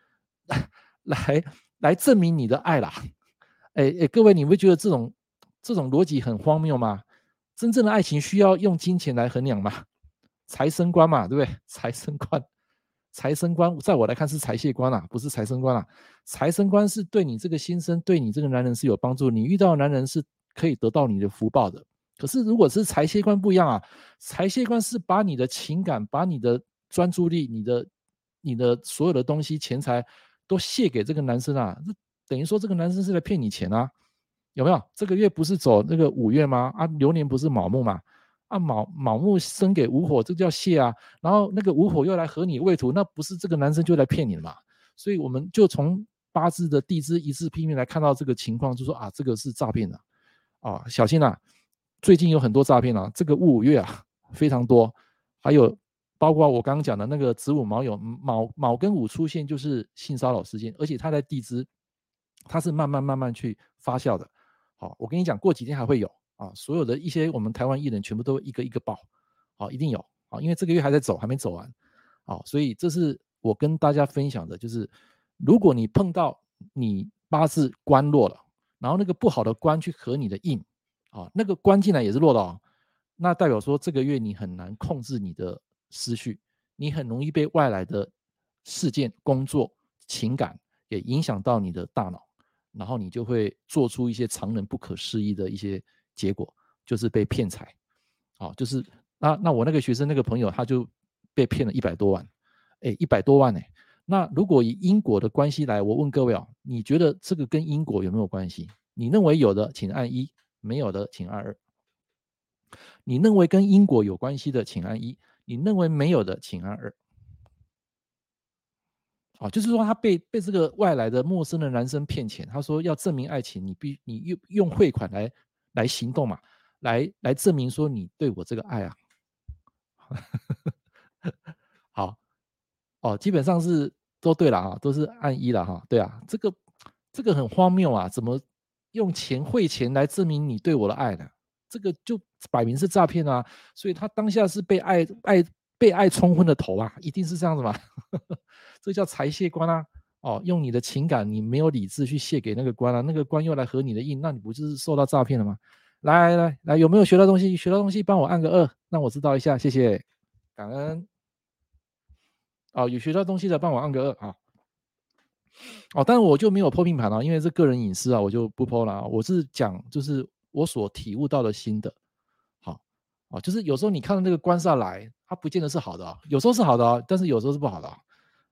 来证明你的爱啦。”各位，你会觉得这种逻辑很荒谬吗？真正的爱情需要用金钱来衡量吗？财生官嘛，对不对？财生官，财生官，在我来看是财泄官啊，不是财生官啊。财生官是对你这个先生，对你这个男人是有帮助，你遇到的男人是可以得到你的福报的。可是如果是财泄官不一样啊，财泄官是把你的情感、把你的专注力、你的所有的东西、钱财都卸给这个男生啊，等于说这个男生是来骗你钱啊。有没有？这个月不是走那个5月吗？啊，流年不是卯木吗？啊，卯木生给午火，这叫泄啊。然后那个午火又来合你未土，那不是这个男生就来骗你了嘛？所以我们就从八字的地支一字批命来看到这个情况，就说啊，这个是诈骗的啊，小心啊！最近有很多诈骗啊，这个5月啊非常多，还有包括我刚刚讲的那个子午卯酉，卯跟午出现就是性骚扰事件，而且它在地支，它是慢慢去发酵的。好，我跟你讲，过几天还会有啊，所有的一些我们台湾艺人全部都一个一个爆，好，一定有啊，因为这个月还在走，还没走完，好，所以这是我跟大家分享的，就是如果你碰到你八字官落了，然后那个不好的官去合你的印，那个官进来也是弱的哦，那代表说这个月你很难控制你的思绪，你很容易被外来的事件、工作、情感也影响到你的大脑，然后你就会做出一些常人不可思议的一些结果，就是被骗财。就是那我那个学生那个朋友他就被骗了100多万，100多万那如果以因果的关系来，我问各位你觉得这个跟因果有没有关系？你认为有的请按1，没有的请按2。你认为跟因果有关系的请按1，你认为没有的请按2。就是说他被这个外来的陌生的男生骗钱，他说要证明爱情，你用汇款来行动嘛，来证明说你对我这个爱啊。好，基本上是都对了都是按1了哈，对啊，这个很荒谬啊，怎么用汇钱来证明你对我的爱呢？这个就摆明是诈骗啊，所以他当下是被爱冲昏了头啊，一定是这样子嘛。这叫财泄官啊。用你的情感，你没有理智去泄给那个官啊，那个官又来合你的印，那你不就是受到诈骗了吗？来，有没有学到东西？学到东西帮我按个2，让我知道一下，谢谢，感恩。有学到东西的帮我按个2啊。但是我就没有破命盘因为是个人隐私我就不破了我是讲就是我所体悟到的心得。就是有时候你看到那个官煞来，它不见得是好的有时候是好的但是有时候是不好的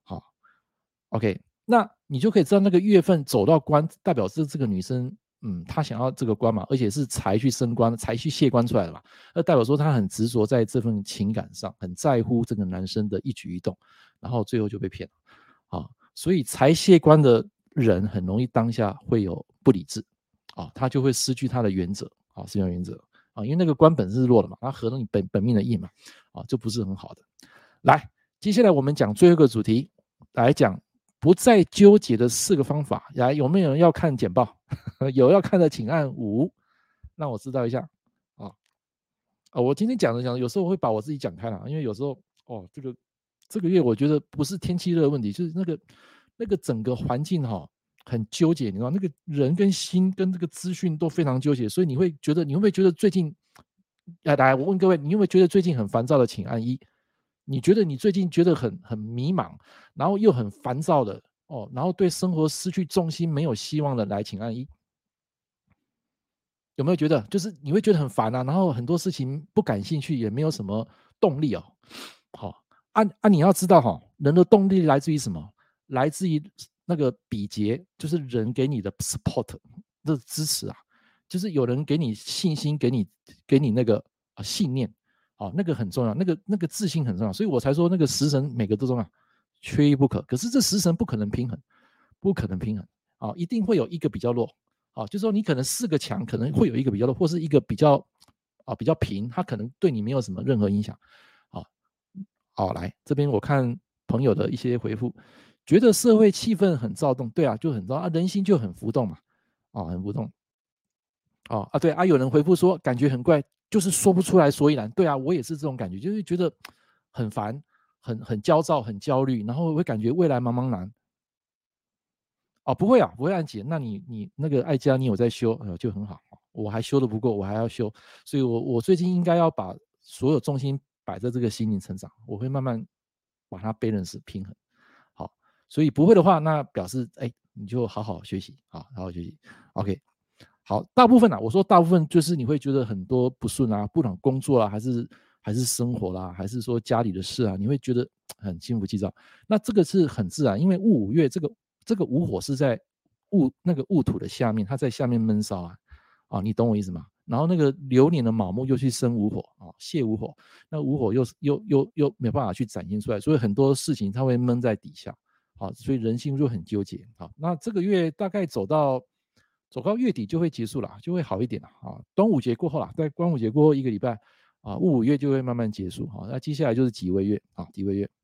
OK， 那你就可以知道那个月份走到官，代表是这个女生，她想要这个官嘛，而且是财去升官，财去泄官出来的嘛，那代表说她很执着在这份情感上，很在乎这个男生的一举一动，然后最后就被骗了所以财泄官的人很容易当下会有不理智他就会失去他的原则失去原则因为那个官本身是弱的嘛，他合了你本命的印嘛就不是很好的。来，接下来我们讲最后一个主题，来讲不再纠结的4个方法。来，有没有人要看简报？有要看的请按5，让我知道一下我今天讲的有时候我会把我自己讲开了，因为有时候这个月我觉得不是天气热的问题，就是那个整个环境很纠结，你知道那个人跟心跟这个资讯都非常纠结，所以你会不会觉得最近来我问各位，你有没有觉得最近很烦躁的请按1？你觉得你最近觉得很迷茫，然后又很烦躁的然后对生活失去重心没有希望的来请按1。有没有觉得就是你会觉得很烦然后很多事情不感兴趣，也没有什么动力你要知道人的动力来自于什么？来自于那个比劫，就是人给你的 support 的支持就是有人给你信心，给你那个信念那个很重要，那个自信很重要，所以我才说那个食神每个都重要，缺一不可。可是这食神不可能平衡，一定会有一个比较弱就是说你可能4个强，可能会有一个比较弱，或是一个比较平，它可能对你没有什么任何影响来这边我看朋友的一些回复，觉得社会气氛很躁动，对就很躁人心就很浮动嘛很浮动对有人回复说感觉很怪，就是说不出来所以然，对我也是这种感觉，就是觉得很烦，很焦躁，很焦虑，然后会感觉未来茫茫然不会不会按解，那你那个爱家你有在修就很好，我还修的不够，我还要修，所以我最近应该要把所有重心摆在这个心灵成长，我会慢慢把它 balance 平衡所以不会的话，那表示你就好好学习好好学习 OK。 好，大部分我说大部分就是你会觉得很多不顺不管工作还是生活啦，还是说家里的事你会觉得很心浮气躁，那这个是很自然，因为戊午月这个午火是在那个戊土的下面，它在下面闷烧你懂我意思吗？然后那个流年的卯木又去生午火泄午火，那午火又没有办法去展现出来，所以很多事情它会闷在底下所以人心就很纠结那这个月大概走到月底就会结束了，就会好一点了端午节过后在端午节过后1个礼拜戊午月就会慢慢结束那接下来就是己未月己未月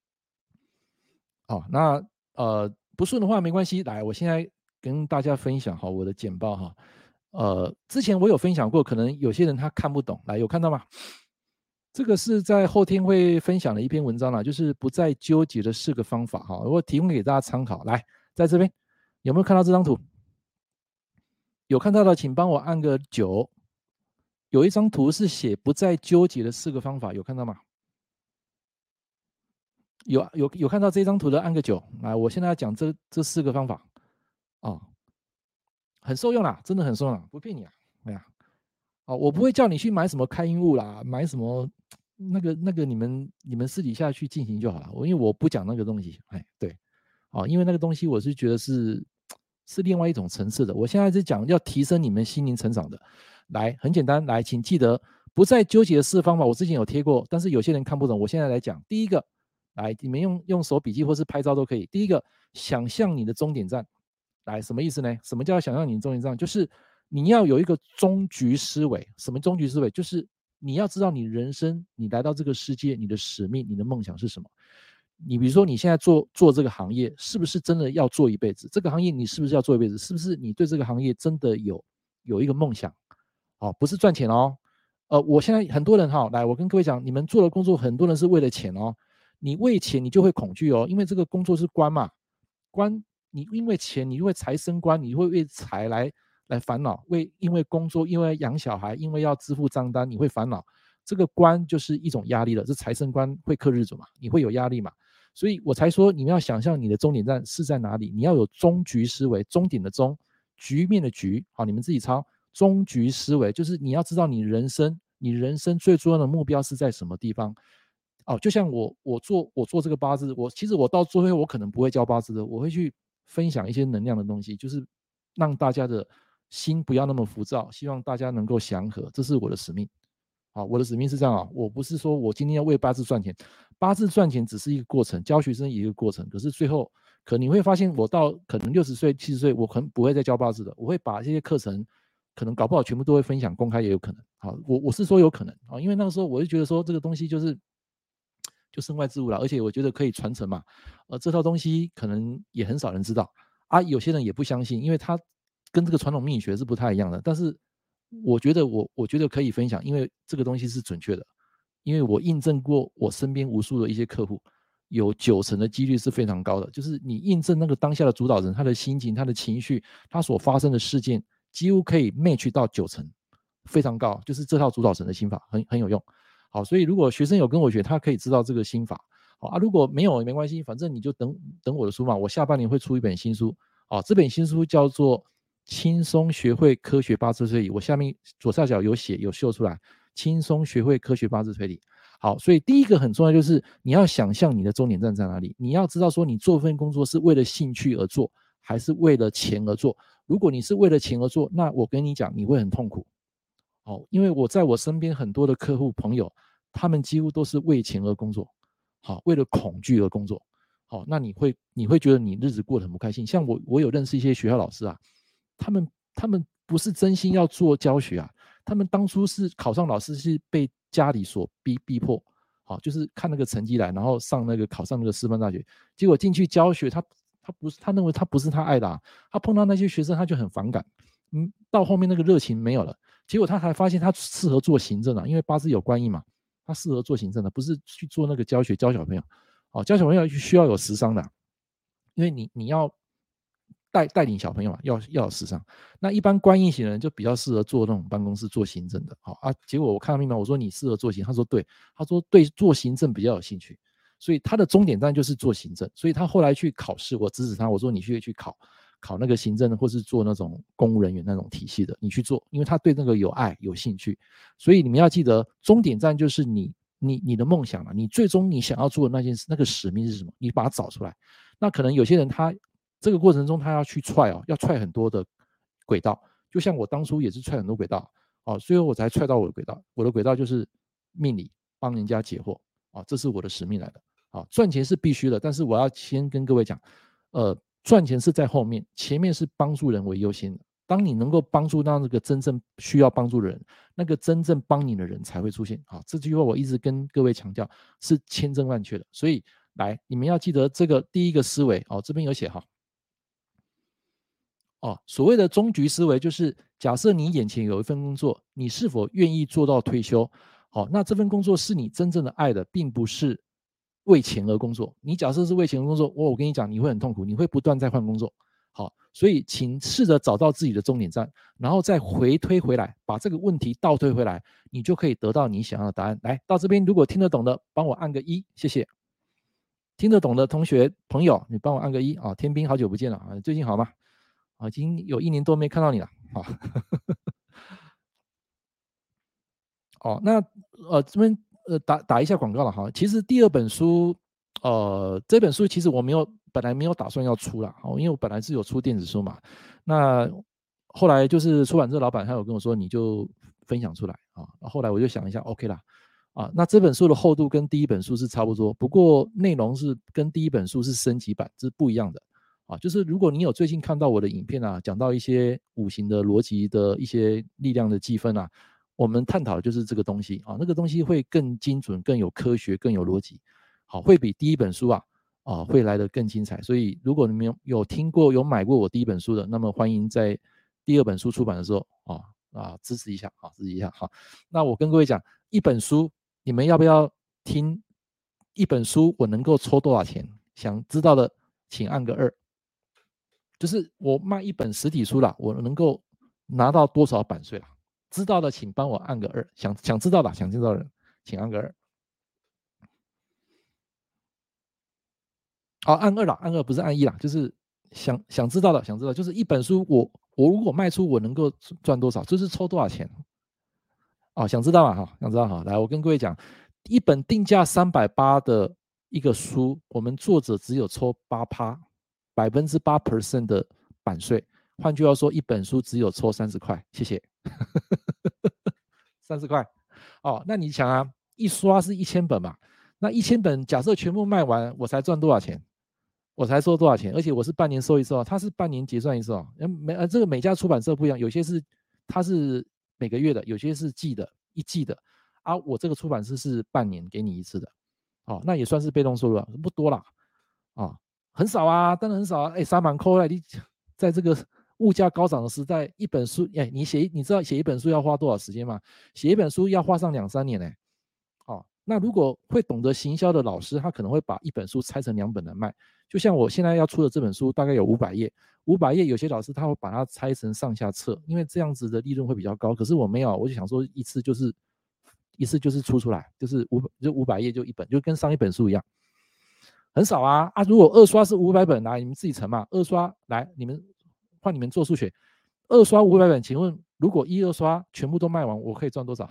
那不顺的话没关系，来我现在跟大家分享我的简报之前我有分享过，可能有些人他看不懂，来有看到吗？ 这个是在后天会分享的一篇文章啦，就是不再纠结的4个方法哈，我提供给大家参考。来，在这边有没有看到这张图？有看到的，请帮我按个9。有一张图是写不再纠结的4个方法，有看到吗？有看到这张图的按个9。来，我现在要讲这4个方法啊，很受用啦，真的很受用，不骗你啊。哎呀，我不会叫你去买什么开运物啦，买什么那个你们私底下去进行就好了，因为我不讲那个东西。哎，对，因为那个东西我是觉得是另外一种层次的。我现在是讲要提升你们心灵成长的。来，很简单，来，请记得不再纠结的4个方法，我之前有贴过，但是有些人看不懂，我现在来讲。第一个，来，你们用手笔记或是拍照都可以。第一个，想象你的终点站。来，什么意思呢？什么叫想象你的终点站？就是你要有一个终局思维。什么终局思维？就是你要知道你人生，你来到这个世界，你的使命，你的梦想是什么。你比如说你现在做这个行业，是不是真的要做一辈子？这个行业你是不是要做一辈子？是不是你对这个行业真的有一个梦想？不是赚钱哦。我现在很多人来，我跟各位讲，你们做的工作很多人是为了钱哦。你为钱你就会恐惧哦，因为这个工作是官嘛，官你因为钱你就会财生官，你会为财来烦恼，因为工作，因为养小孩，因为要支付账单，你会烦恼。这个官就是一种压力了，这财生官会克日主嘛，你会有压力嘛。所以我才说你们要想象你的终点站是在哪里，你要有终局思维，终点的终，局面的局，好，你们自己抄。终局思维就是你要知道你人生最重要的目标是在什么地方。就像我做这个八字，其实我到最后我可能不会教八字的，我会去分享一些能量的东西，就是让大家的心不要那么浮躁，希望大家能够祥和，这是我的使命。我的使命是这样啊，我不是说我今天要为八字赚钱，八字赚钱只是一个过程，教学生也一个过程。可是最后，可你会发现，我到可能60岁、70岁，我可能不会再教八字的，我会把这些课程，可能搞不好全部都会分享公开，也有可能。好，我是说有可能啊，因为那个时候我就觉得说这个东西就身外之物了，而且我觉得可以传承嘛。这套东西可能也很少人知道啊，有些人也不相信，因为它跟这个传统命理学是不太一样的。但是我觉得可以分享，因为这个东西是准确的，因为我印证过我身边无数的一些客户，有90%的几率是非常高的，就是你印证那个当下的主导人，他的心情、他的情绪、他所发生的事件，几乎可以 match 到90%，非常高，就是这套主导神的心法很有用。好，所以如果学生有跟我学，他可以知道这个心法。好如果没有也没关系，反正你就等我的书嘛，我下半年会出一本新书。这本新书叫做轻松学会科学八字推理，我下面左下角有秀出来，轻松学会科学八字推理。好，所以第一个很重要就是你要想象你的终点站在哪里，你要知道说你做份工作是为了兴趣而做，还是为了钱而做。如果你是为了钱而做，那我跟你讲你会很痛苦。因为我在我身边很多的客户朋友，他们几乎都是为钱而工作，为了恐惧而工作。那你会觉得你日子过得很不开心。像我有认识一些学校老师啊，他们不是真心要做教学啊，他们当初是考上老师是被家里所逼迫，就是看那个成绩来，然后考上那个师范大学，结果进去教学，他认为他不是他爱的他碰到那些学生他就很反感，到后面那个热情没有了。结果他才发现他适合做行政因为八字有官印嘛，他适合做行政的，不是去做那个教学教小朋友。教小朋友需要有时尚的，因为你要带领小朋友要有时尚。那一般官印型的人就比较适合做那种办公室做行政的。结果我看到明白，我说你适合做行政，他说对，他说对做行政比较有兴趣，所以他的终点站就是做行政。所以他后来去考试，我指他，我说你去考那个行政或是做那种公务人员那种体系的，你去做，因为他对那个有爱有兴趣。所以你们要记得，终点站就是你的梦想了，你最终你想要做的那件事，那个使命是什么？你把它找出来。那可能有些人他这个过程中他要去踹要踹很多的轨道，就像我当初也是踹很多轨道所以我才踹到我的轨道。我的轨道就是命理，帮人家解惑这是我的使命来的。赚钱是必须的，但是我要先跟各位讲，赚钱是在后面，前面是帮助人为优先的。当你能够帮助到那个真正需要帮助的人，那个真正帮你的人才会出现。这句话我一直跟各位强调，是千真万确的。所以来，你们要记得这个第一个思维这边有写所谓的终局思维就是假设你眼前有一份工作，你是否愿意做到退休？ 好，那这份工作是你真正的爱的，并不是为钱而工作。你假设是为钱而工作，我跟你讲，你会很痛苦，你会不断在换工作。好，所以请试着找到自己的终点站，然后再回推回来，把这个问题倒推回来，你就可以得到你想要的答案。来到这边，如果听得懂的，帮我按个1，谢谢。听得懂的同学朋友，你帮我按个1啊！天兵好久不见了啊，最近好吗？啊，已经有1年多没看到你了啊。哦，那这边打一下广告了哈。其实第二本书，这本书其实我本来没有打算要出啦，因为我本来是有出电子书嘛。那后来就是出版社老板他有跟我说，你就分享出来啊。后来我就想一下 ，OK 啦。啊，那这本书的厚度跟第一本书是差不多，不过内容是跟第一本书是升级版，这是不一样的。啊，就是如果你有最近看到我的影片啊，讲到一些五行的逻辑的一些力量的积分啊，我们探讨的就是这个东西啊，那个东西会更精准、更有科学、更有逻辑，好，会比第一本书会来得更精彩。所以如果你们有听过、有买过我第一本书的，那么欢迎在第二本书出版的时候支持一下啊，支持一下好。那我跟各位讲，一本书你们要不要听？一本书我能够抽多少钱？想知道的请按个2。就是我卖一本实体书啦，我能够拿到多少版税啦？知道的请帮我按个2，想知道的，想知道的人请按个2。好，按2啦，按2不是按1啦，就是想知道的，想知道就是一本书我如果卖出我能够赚多少，就是抽多少钱。想知道嘛哈，想知道哈，来我跟各位讲，一本定价380的一个书，我们作者只有抽8%的版税，换句话说，一本书只有抽30块，谢谢。30块。那你想啊，一刷是1000本嘛，那1000本假设全部卖完，我才赚多少钱？我才收多少钱？而且我是半年收一次哦，它是半年结算一次哦。这个每家出版社不一样，有些是它是每个月的，有些是季的，一季的啊。我这个出版社是半年给你一次的，那也算是被动收入啊，不多啦，很少啊，当然很少啊。3万块，你在这个物价高涨的时代，一本书，你知道写一本书要花多少时间吗？写一本书要花上2-3年呢。那如果会懂得行销的老师，他可能会把一本书拆成2本来卖。就像我现在要出的这本书，大概有500页，500页，有些老师他会把它拆成上下册，因为这样子的利润会比较高。可是我没有，我就想说一次就是出来，就是500页就一本，就跟上一本书一样，很少啊。如果2刷是500本，来你们自己乘嘛，2刷来你们换你们做数学，2刷500本，请问如果1、2刷全部都卖完，我可以赚多少？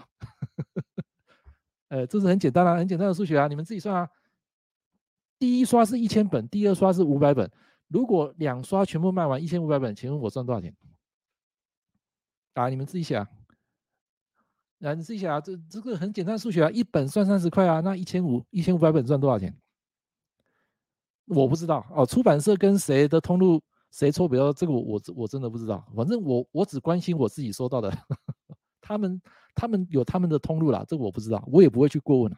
这是很简单啊，很简单的数学啊，你们自己算啊。第一刷是1000本，第2刷是500本。如果2刷全部卖完1500本，请问我赚多少钱？你们自己写啊。你自己写啊，这个很简单的数学啊，一本算30块啊，那1500本赚多少钱？我不知道出版社跟谁的通路谁抽比较，这个我真的不知道。反正我只关心我自己收到的，他们有他们的通路啦，这个我不知道，我也不会去过问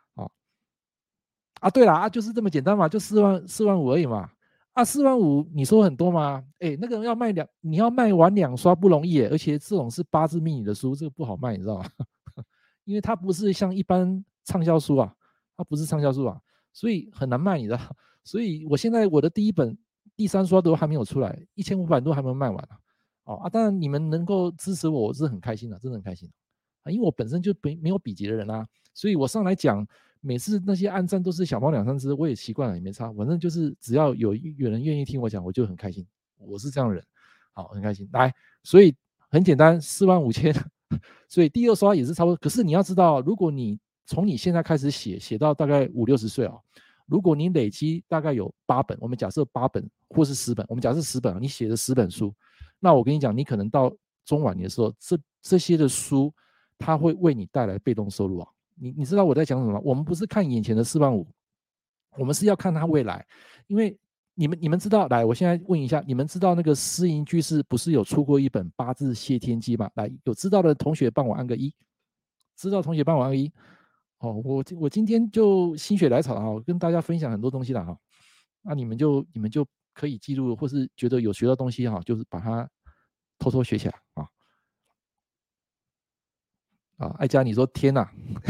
对啦就是这么简单嘛，就4万5而已嘛。4万5你说很多吗？那个你要卖完2刷不容易耶，而且这种是8字迷你的书，这个不好卖，你知道吗？因为它不是像一般畅销书啊，它不是畅销书啊，所以很难卖，你知道。所以我现在我的第一本、第3刷都还没有出来，1500都还没有卖完当然你们能够支持我，我是很开心的，真的很开心因为我本身就没有比级的人啊，所以我上来讲，每次那些按赞都是小猫2-3只，我也习惯了，也没差，反正就是只要有人愿意听我讲，我就很开心，我是这样的人，很开心。来，所以很简单，4万5千，所以第2刷也是差不多。可是你要知道，如果你从你现在开始写到大概50-60岁如果你累积大概有8本，我们假设8本或是10本，我们假设10本你写了10本书，那我跟你讲，你可能到中晚年的时候，这些的书，它会为你带来被动收入你知道我在讲什么吗？我们不是看眼前的4万5，我们是要看它未来。因为你们知道，来，我现在问一下，你们知道那个诗吟居士不是有出过一本八字谢天机吗？来，有知道的同学帮我按个1，知道的同学帮我按个1。我今天就心血来潮跟大家分享很多东西了那你们就可以记录，或是觉得有学到东西就是把它偷偷学起来艾佳，你说天哪，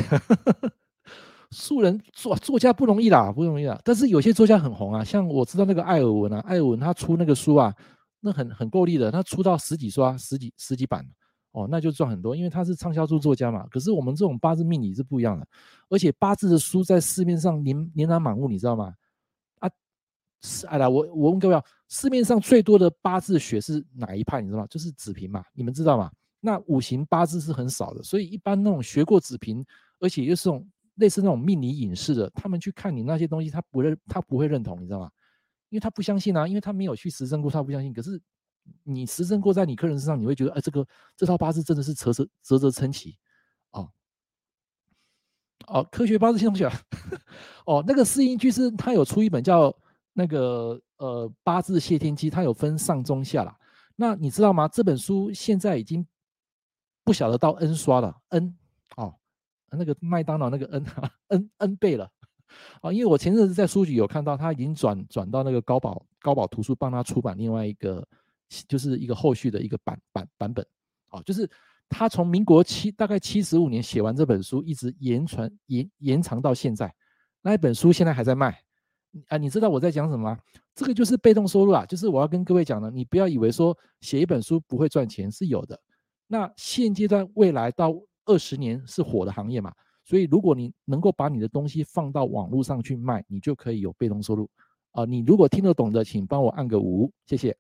素人作家不容易啦，不容易啦。但是有些作家很红啊，像我知道那个艾尔文啊，艾尔文他出那个书啊，那很够力的，他出到十几刷、十几版哦，那就赚很多，因为他是畅销书作家嘛。可是我们这种八字命理是不一样的，而且八字的书在市面上琳琅满目，你知道吗？啊，哎啦，我问各位啊，市面上最多的八字学是哪一派？你知道吗？就是子平嘛，你们知道吗？那五行八字是很少的，所以一般那种学过子平，而且又是那种类似那种命理隐士的，他们去看你那些东西，他不会认同，你知道吗？因为他不相信啊，因为他没有去实证过，他不相信。可是你实证过在你客人身上，你会觉得，哎，这套八字真的是啧啧称奇哦。哦，科学八字系统学哦，那个四英居士他有出一本叫那个八字谢天机，他有分上中下啦。那你知道吗？这本书现在已经不晓得到 N 刷了，N 哦，那个麦当劳那个 N 倍了啊！因为我前阵子在书局有看到，他已经转到那个高宝图书帮他出版另外一个，就是一个后续的一个版本，哦，就是他从民国大概75年写完这本书，一直延长到现在，那一本书现在还在卖。啊，你知道我在讲什么吗？这个就是被动收入啊，就是我要跟各位讲的，你不要以为说写一本书不会赚钱，是有的。那现阶段未来到20年是火的行业嘛，所以如果你能够把你的东西放到网络上去卖，你就可以有被动收入啊。你如果听得懂的，请帮我按个5，谢谢。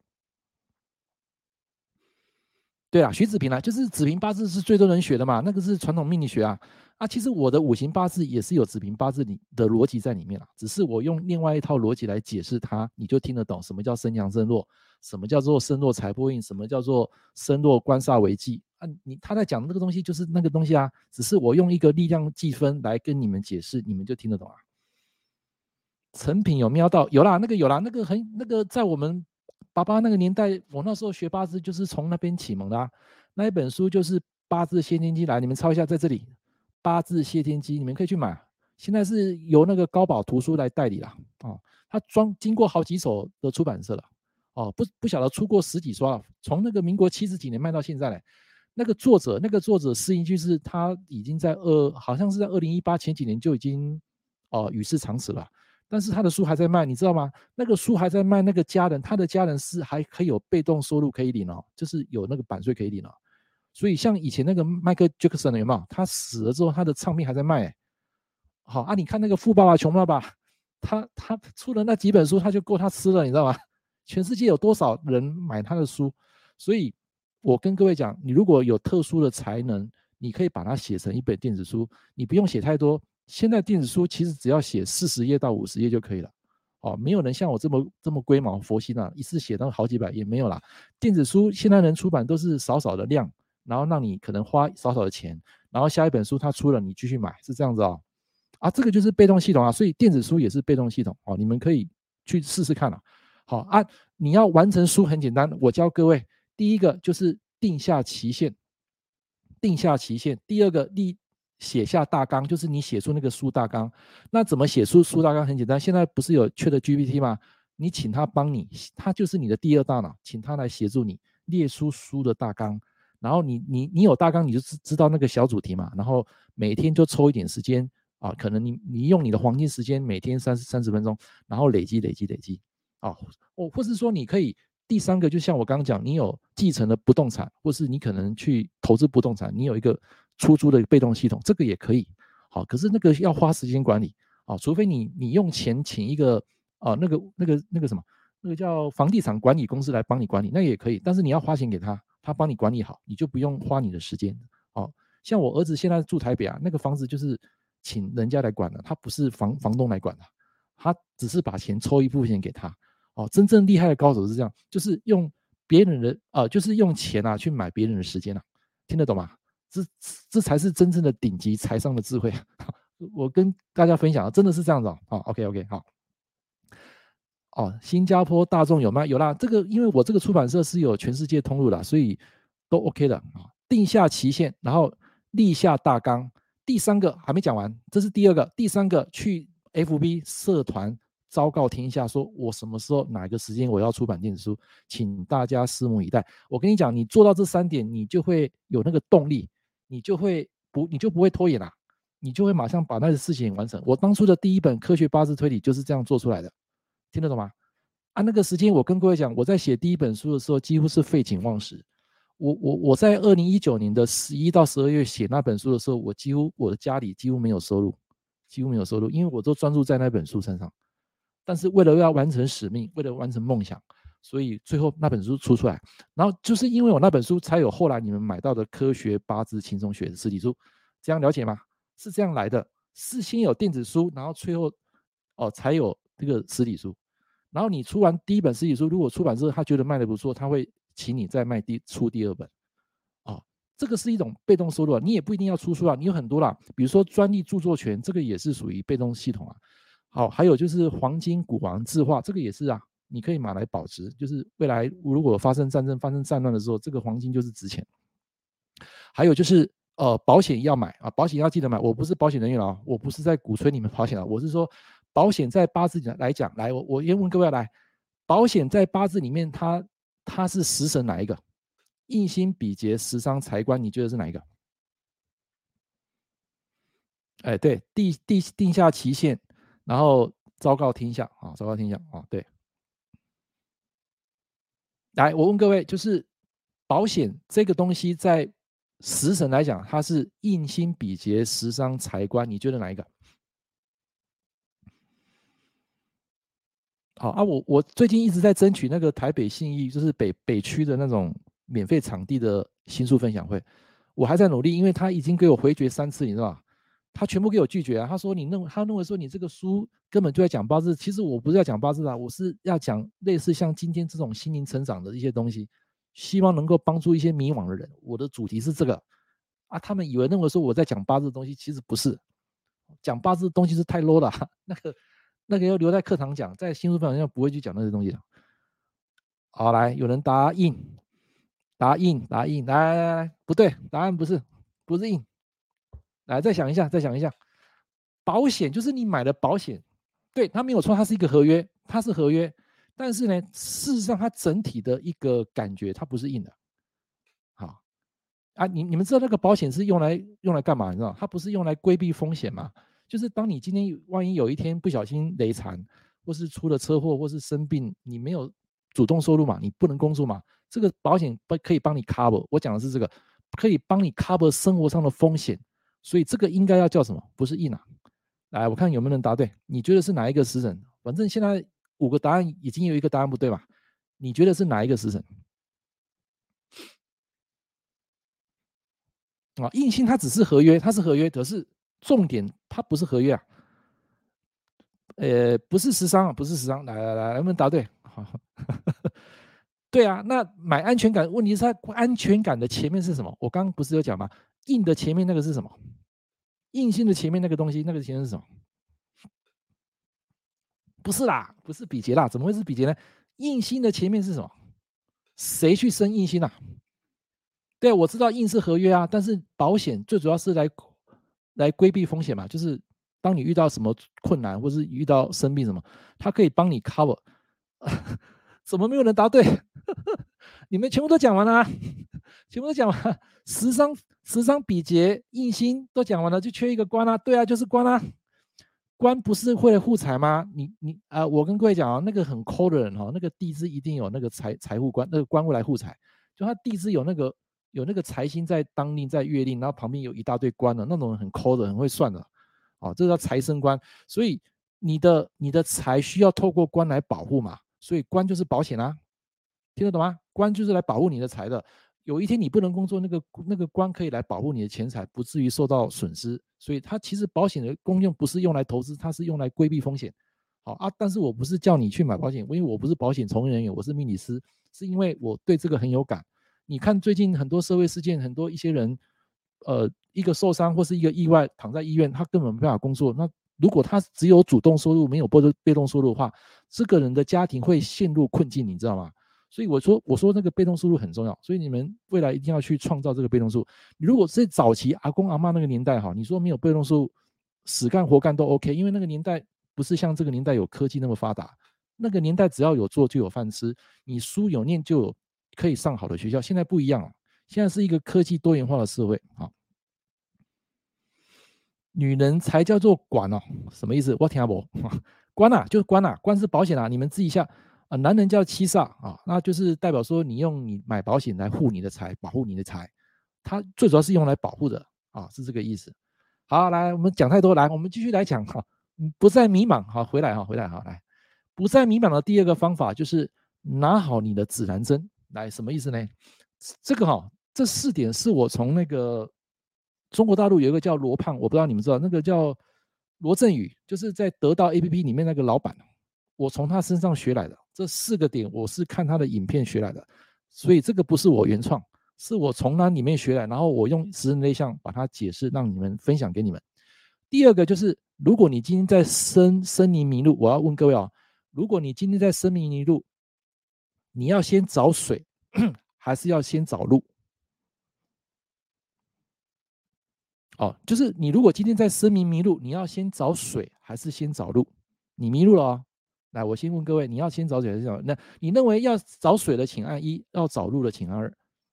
对啊，徐子平啊，就是子平八字是最多人学的嘛，那个是传统命理学啊。啊，其实我的五行八字也是有子平八字里的逻辑在里面啦，只是我用另外一套逻辑来解释它，你就听得懂什么叫生阳生弱，什么叫做生弱财帛印，什么叫做生弱官煞为忌啊。他在讲的那个东西就是那个东西啊，只是我用一个力量计分来跟你们解释，你们就听得懂啊。成品有瞄到，有啦，那个有啦，那个在我们爸爸那个年代，我那时候学八字就是从那边启蒙的啊。那一本书就是《八字谢天机》，来你们抄一下，在这里《八字谢天机》，你们可以去买。现在是由那个高宝图书来代理啦，哦，他经过好几手的出版社了，哦，不晓得出过十几刷了，从那个民国70几年卖到现在嘞。那个作者施英居士，他已经在好像是在2018前几年就已经与世长辞了。但是他的书还在卖，你知道吗？那个书还在卖，那个他的家人是还可以有被动收入可以领哦，就是有那个版税可以领哦。所以像以前那个迈克·杰克逊有没有？他死了之后，他的唱片还在卖。好啊，你看那个富爸爸穷爸爸，他出了那几本书，他就够他吃了，你知道吗？全世界有多少人买他的书？所以我跟各位讲，你如果有特殊的才能，你可以把它写成一本电子书，你不用写太多。现在电子书其实只要写40页到50页就可以了，哦，没有人像我这么龟毛佛心啊，一次写到好几百页没有啦。电子书现在能出版都是少少的量，然后让你可能花少少的钱，然后下一本书它出了你继续买，是这样子哦。啊，这个就是被动系统啊，所以电子书也是被动系统哦，你们可以去试试看啊。好啊，你要完成书很简单，我教各位，第一个就是定下期限，第二个写下大纲，就是你写出那个书大纲。那怎么写出书大纲？很简单，现在不是有 ChatGPT 吗？你请他帮你，他就是你的第二大脑，请他来协助你列出书的大纲。然后你有大纲，你就知道那个小主题嘛。然后每天就抽一点时间啊，可能你用你的黄金时间，每天30分钟，然后累积啊。或是说你可以第三个，就像我刚刚讲，你有继承的不动产，或是你可能去投资不动产，你有一个出租的被动系统，这个也可以。好，可是那个要花时间管理啊，除非你用钱请一个那个什么，那个叫房地产管理公司来帮你管理，那也可以，但是你要花钱给他，他帮你管理好，你就不用花你的时间。哦，像我儿子现在住台北啊，那个房子就是请人家来管的，他不是房东来管的，他只是把钱抽一部分钱给他。哦，真正厉害的高手是这样，就是用别人的就是用钱啊去买别人的时间啊，听得懂吗？这才是真正的顶级财商的智慧。我跟大家分享，真的是这样子哦。OK， 好。哦，新加坡大众有吗？有啦，这个因为我这个出版社是有全世界通路的，所以都 OK 的啊。定下期限，然后立下大纲。第三个还没讲完，这是第二个。第三个去 FB 社团昭告天下，说我什么时候哪个时间我要出版电子书，请大家拭目以待。我跟你讲，你做到这3点，你就会有那个动力，你就会不会拖延啦，你就会马上把那个事情完成。我当初的第一本科学八字推理就是这样做出来的，听得懂吗？那个时间我跟各位讲，我在写第一本书的时候几乎是废寝忘食。我在2019年的11到12月写那本书的时候，我的家里几乎没有收入，因为我都专注在那本书身上。但是为了要完成使命，为了完成梦想，所以最后那本书出来。然后就是因为我那本书，才有后来你们买到的科学八字轻松学的实体书。这样了解吗？是这样来的，是先有电子书，然后最后才有这个实体书。然后你出完第一本实体书，如果出版社他觉得卖的不错，他会请你再出第二本。这个是一种被动收入啊，你也不一定要出书啊，你有很多啦，比如说专利著作权，这个也是属于被动系统啊。好，还有就是黄金古王字画，这个也是啊，你可以买来保值，就是未来如果发生战争、发生战乱的时候，这个黄金就是值钱。还有就是保险要买啊，保险要记得买。我不是保险人员啊，我不是在鼓吹你们保险啊，我是说保险在八字来讲，来我先问各位来，保险在八字里面它是食神哪一个？印星、比劫、食伤、财官，你觉得是哪一个？哎，对，定下期限，然后昭告天下啊，昭告天下啊，对。来，我问各位，就是保险这个东西在食神来讲，它是印星、比劫、食伤、财官，你觉得哪一个？好啊，我最近一直在争取那个台北信义，就是北区的那种免费场地的新书分享会，我还在努力，因为他已经给我回绝3次，你知道吗？他全部给我拒绝啊！他说他认为说你这个书根本就在讲八字，其实我不是要讲八字啊，我是要讲类似像今天这种心灵成长的一些东西，希望能够帮助一些迷惘的人。我的主题是这个啊，他们认为说我在讲八字的东西，其实不是，讲八字的东西是太 low 了，那个要留在课堂讲，在新书分享上不会去讲那些东西的。好，来，有人答应，来，不对，答案不是应。来，再想一下，保险就是你买的保险，对，它没有错，它是一个合约，但是呢，事实上它整体的一个感觉，它不是硬的。好啊，你们知道那个保险是用来干嘛？你知道，它不是用来规避风险吗？就是当你今天万一有一天不小心累残，或是出了车祸，或是生病，你没有主动收入嘛，你不能工作嘛，这个保险可以帮你 cover。我讲的是这个，可以帮你 cover 生活上的风险。所以这个应该要叫什么？不是硬啊。来，我看有没有人答对。你觉得是哪一个食神？反正现在5个答案已经有1个答案不对吧？你觉得是哪一个食神？啊，印星它只是合约，它是合约，可是重点它不是合约啊。不是食伤啊，不是食伤。来，能不能答对？好，对啊，那买安全感，问题是它安全感的前面是什么？我刚刚不是有讲吗？印的前面那个是什么？印星的前面那个东西，那个前面是什么？不是啦，不是比劫啦，怎么会是比劫呢？印星的前面是什么？谁去生印星啊？对，我知道印是合约啊，但是保险最主要是来规避风险嘛，就是当你遇到什么困难，或是遇到生病什么，它可以帮你 cover。怎么没有人答对？你们全部都讲完了、啊，全部都讲完了。食伤比劫印星都讲完了，就缺一个官啊。对啊，就是官啊。官不是会护财吗？我跟各位讲啊，那个很抠的人哈，那个地支一定有那个财户官，那个官会来护财。就他地支有那个财星在当令在月令，然后旁边有一大堆官的，那种人很抠的，很会算的。哦，这叫财生官。所以你的财需要透过官来保护嘛，所以官就是保险啊，听得懂吗？官就是来保护你的财的。有一天你不能工作，那个官可以来保护你的钱财，不至于受到损失。所以它其实保险的功用不是用来投资，它是用来规避风险。好啊，但是我不是叫你去买保险，因为我不是保险从业人员，我是命理师，是因为我对这个很有感。你看最近很多社会事件，很多一些人，一个受伤或是一个意外躺在医院，他根本没办法工作。那如果他只有主动收入，没有被动收入的话，这个人的家庭会陷入困境，你知道吗？所以我说那个被动收入很重要，所以你们未来一定要去创造这个被动收入。如果是早期阿公阿嬷那个年代哈，你说没有被动收入，死干活干都 OK， 因为那个年代不是像这个年代有科技那么发达，那个年代只要有做就有饭吃，你书有念就有可以上好的学校。现在不一样了，现在是一个科技多元化的社会啊。 女人才叫做管哦，什么意思？我听不关啊，就是关啊，关是保险啊，你们记一下啊。男人叫七煞啊，那就是代表说你用你买保险来护你的财，保护你的财，它最主要是用来保护的啊，是这个意思。好，来，我们讲太多，来，我们继续来讲哈，不再迷茫，好，回来哈，回来哈，来，不再迷茫的第二个方法就是拿好你的指南针，来，什么意思呢？这个哈，这4点是我从那个中国大陆有一个叫罗胖，我不知道你们知道，那个叫罗振宇，就是在得到 APP 里面那个老板，我从他身上学来的。这4个点我是看他的影片学来的，所以这个不是我原创，是我从那里面学来，然后我用实人类象把它解释，让你们分享给你们。第二个就是，如果你今天在森林迷路，我要问各位啊，如果你今天在森林迷路，你要先找水，还是要先找路？哦，就是你如果今天在森林迷路，你要先找水还是先找路？你迷路了哦，来，我先问各位，你要先找水还是找？那你认为要找水的，请按1；要找路的，请按2。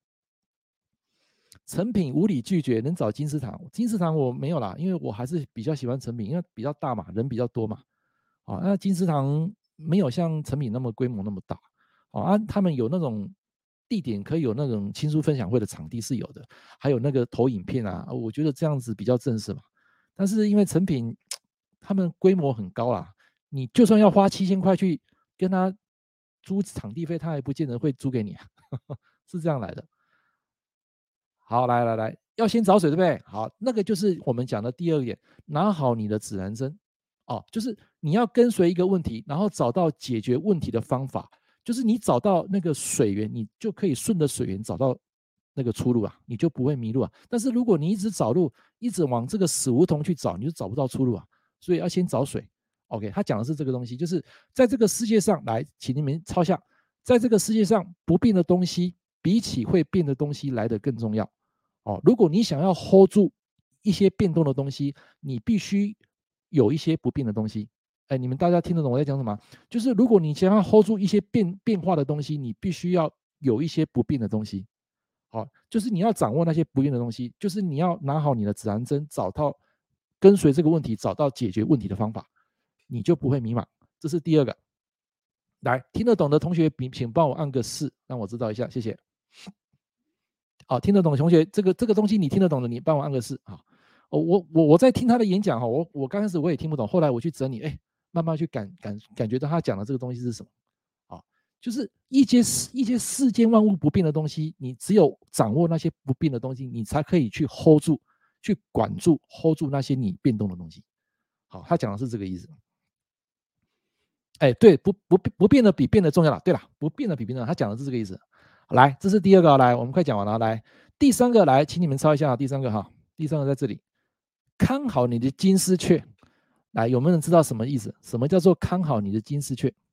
成品无理拒绝，能找金石堂。金石堂我没有啦，因为我还是比较喜欢成品，因为比较大嘛，人比较多嘛。啊，那金石堂没有像成品那么规模那么大。啊，他们有那种地点可以有那种亲书分享会的场地是有的，还有那个投影片啊，我觉得这样子比较正式嘛。但是因为成品他们规模很高啦，你就算要花7000块去跟他租场地费，他也不见得会租给你啊，是这样来的。好，来来来，要先找水，对不对？好，那个就是我们讲的第2点，拿好你的指南针。哦，就是你要跟随一个问题，然后找到解决问题的方法。就是你找到那个水源，你就可以顺着水源找到那个出路啊，你就不会迷路啊。但是如果你一直找路，一直往这个死胡同去找，你就找不到出路啊。所以要先找水。OK， 他讲的是这个东西，就是在这个世界上，来，请你们抄下，在这个世界上不变的东西，比起会变的东西来得更重要。哦，如果你想要 hold 住一些变动的东西，你必须有一些不变的东西。哎，你们大家听得懂我在讲什么？就是如果你想要 hold 住一些变化的东西，你必须要有一些不变的东西。好，就是你要掌握那些不变的东西，就是你要拿好你的指南针，找到跟随这个问题，找到解决问题的方法，你就不会迷茫。这是第2个。来，听得懂的同学，请帮我按个4，让我知道一下，谢谢。好，听得懂的同学，这个东西你听得懂的，你帮我按个4啊。我在听他的演讲哈，我刚开始我也听不懂，后来我去整理，哎，慢慢去感觉到他讲的这个东西是什么啊？就是一些世间万物不变的东西，你只有掌握那些不变的东西，你才可以去 hold 住，去管住 hold 住那些你变动的东西。好，他讲的是这个意思。哎，对，不变的比变的重要了。对了，不变的比变的，他讲的是这个意思。来，这是第2个，来，我们快讲完了。来，第3个，来，请你们抄一下第3个哈。第3个在这里，看好你的金丝雀。来，有没有人知道什么意思？什么叫做看好你的金丝雀？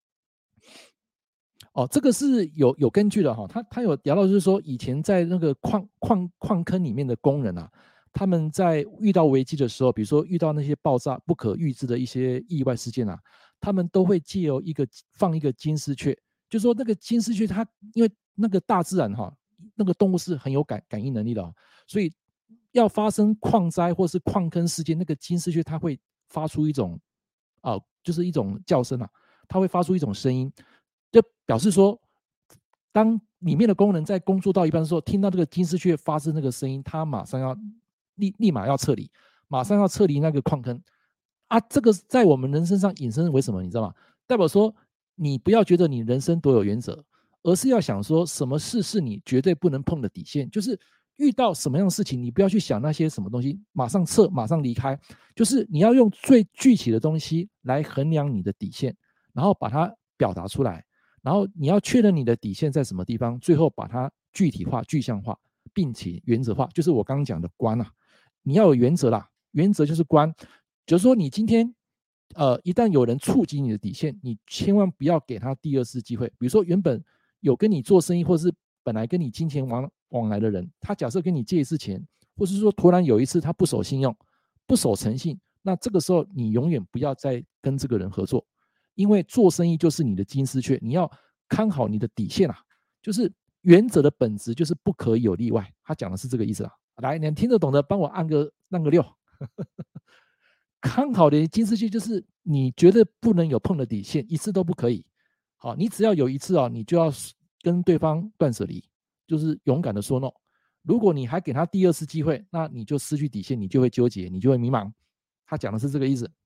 哦，这个是有根据的哈。他有聊到，就是说以前在那个矿坑里面的工人啊，他们在遇到危机的时候，比如说遇到那些爆炸不可预知的一些意外事件啊，他们都会借由放一个金丝雀，就是说那个金丝雀它因为那个大自然哈，那个动物是很有感应能力的，所以要发生矿灾或是矿坑事件，那个金丝雀它会发出一种就是一种叫声啊，它会发出一种声音，就表示说，当里面的工人在工作到一半的时候，听到这个金丝雀发出那个声音，他马上要立马要撤离，马上要撤离那个矿坑啊。这个在我们人身上引申为什么？你知道吗？代表说你不要觉得你人生多有原则，而是要想说什么事是你绝对不能碰的底线，就是遇到什么样的事情，你不要去想那些什么东西，马上撤，马上离开，就是你要用最具体的东西来衡量你的底线，然后把它表达出来，然后你要确认你的底线在什么地方，最后把它具体化、具象化，并且原则化，就是我刚刚讲的观啊，你要有原则啦，原则就是观，就是说你今天一旦有人触及你的底线，你千万不要给他第2次机会。比如说原本有跟你做生意，或是本来跟你金钱往来的人，他假设跟你借1次钱，或是说突然有一次他不守信用、不守诚信，那这个时候你永远不要再跟这个人合作，因为做生意就是你的金丝雀，你要看好你的底线啊，就是原则的本质就是不可以有例外。他讲的是这个意思啊。来，你听得懂的帮我按个6。 看好的金丝雀就是你绝对不能有碰的底线，一次都不可以。好，你只要有一次啊，你就要跟对方断舍离，就是勇敢的说 no。如果你还给他第二次机会，那你就失去底线，你就会纠结，你就会迷茫。他讲的是这个意思。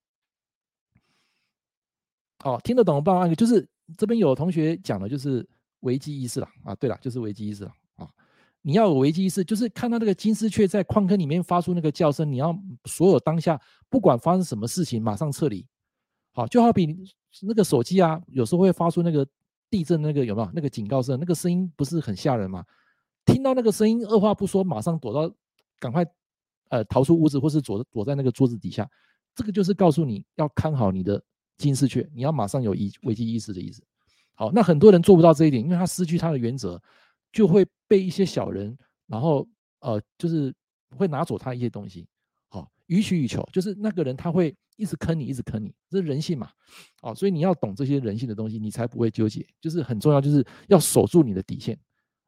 哦，听得懂的帮我按个，就是这边有同学讲的就是危机意识了啊，对了，就是危机意识了啊。你要有危机意识，就是看到那个金丝雀在矿坑里面发出那个叫声，你要所有当下不管发生什么事情，马上撤离。好，就好比那个手机啊，有时候会发出那个地震那个有没有那个警告声，那个声音不是很吓人吗？听到那个声音，二话不说，马上躲到，赶快逃出屋子，或是躲在那个桌子底下。这个就是告诉你要看好你的金丝雀，你要马上有危机意识的意思。好，那很多人做不到这一点，因为他失去他的原则，就会被一些小人，然后就是会拿走他一些东西。好，予取予求，就是那个人他会一直坑你，一直坑你，这是人性嘛。好，所以你要懂这些人性的东西，你才不会纠结。就是很重要，就是要守住你的底线。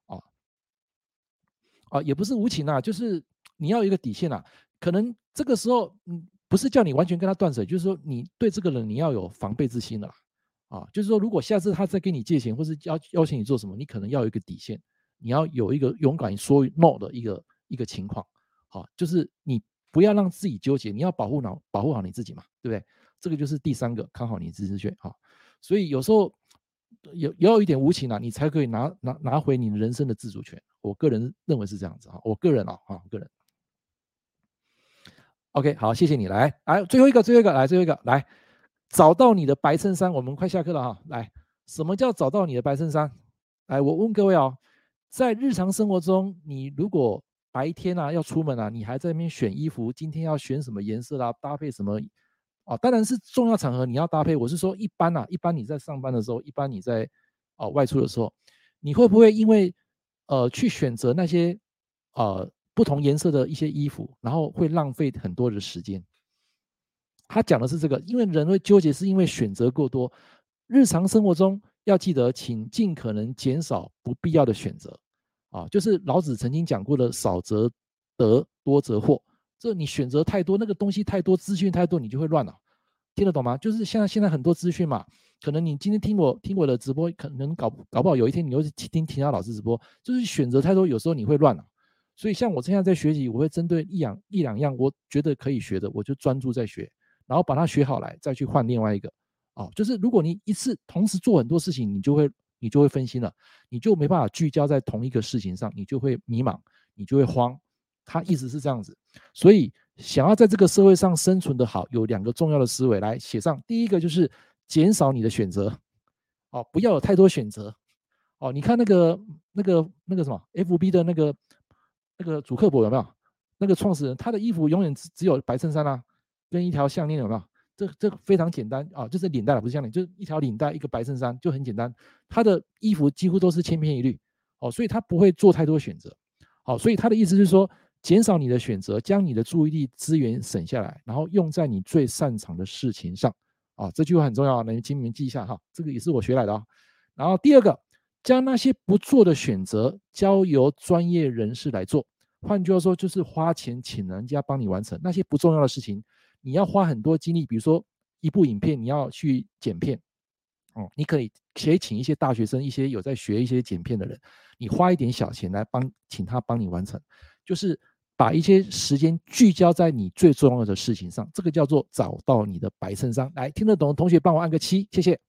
也不是无情啊，就是你要有一个底线啊。可能这个时候，不是叫你完全跟他断舍，就是说你对这个人你要有防备之心的啦。就是说如果下次他再跟你借钱，或是邀请你做什么，你可能要有一个底线，你要有一个勇敢说 no 的一个情况。好，就是你不要让自己纠结，你要保护好你自己嘛，对不对？这个就是第三个，看好你的知识圈。所以有时候也要有一点无情啊，你才可以拿回你人生的自主权。我个人认为是这样子。我个人个人。OK， 好，谢谢你。来，最后一个，来，找到你的白衬衫。我们快下课了哈。来，什么叫找到你的白衬衫？来，我问各位在日常生活中，你如果白天要出门你还在那边选衣服，今天要选什么颜色啦，搭配什么当然是重要场合你要搭配。我是说一般你在上班的时候，一般你在外出的时候，你会不会因为去选择那些不同颜色的一些衣服，然后会浪费很多的时间？他讲的是这个，因为人会纠结，是因为选择过多。日常生活中要记得，请尽可能减少不必要的选择就是老子曾经讲过的少则得，多则惑。这你选择太多，那个东西太多，资讯太多，你就会乱了。听得懂吗？就是现在很多资讯嘛，可能你今天听我的直播，可能搞不好有一天你又听其他老师直播，就是选择太多，有时候你会乱了。所以像我现在在学习，我会针对一两样我觉得可以学的，我就专注在学，然后把它学好来，再去换另外一个。就是如果你一次同时做很多事情，你就会分心了，你就没办法聚焦在同一个事情上，你就会迷茫，你就会慌。他意思是这样子。所以想要在这个社会上生存的好，有两个重要的思维来写上。第一个就是减少你的选择，不要有太多选择。你看那个什么 FB 的那个祖克伯有没有？那个创始人，他的衣服永远只有白衬衫跟一条项链，有没有？这非常简单就是领带不是项链，就是一条领带，一个白衬衫，就很简单。他的衣服几乎都是千篇一律所以他不会做太多选择。所以他的意思是说，减少你的选择，将你的注意力资源省下来，然后用在你最擅长的事情上这句话很重要，请你们记一下这个也是我学来的然后第二个，将那些不做的选择交由专业人士来做。换句话说，就是花钱请人家帮你完成那些不重要的事情。你要花很多精力，比如说一部影片你要去剪片你可以请一些大学生，一些有在学一些剪片的人，你花一点小钱来请他帮你完成，就是把一些时间聚焦在你最重要的事情上。这个叫做找到你的白衬衫。来，听得懂的同学帮我按个7，谢谢。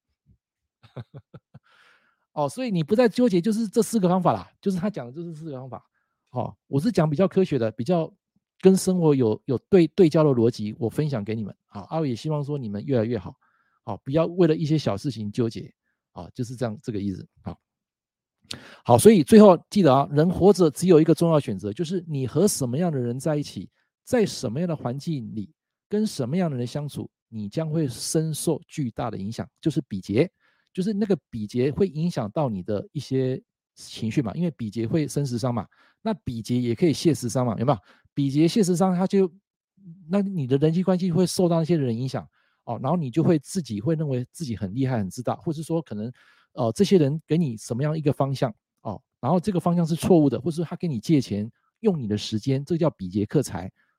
所以你不再纠结，就是这4个方法啦，就是他讲的就是4个方法。我是讲比较科学的，比较跟生活有对焦的逻辑，我分享给你们。我也希望说你们越来越好，不要为了一些小事情纠结，就是这个意思。好，所以最后记得人活着只有一个重要选择，就是你和什么样的人在一起，在什么样的环境里，跟什么样的人相处，你将会深受巨大的影响，就是比劫。就是那个比劫会影响到你的一些情绪嘛，因为比劫会生时伤嘛，那比劫也可以泄时伤嘛，有没有？比劫泄时伤，那你的人际关系会受到那些人影响然后你就会自己会认为自己很厉害很自大，或是说可能这些人给你什么样一个方向然后这个方向是错误的，或是他给你借钱用你的时间，这叫比劫克财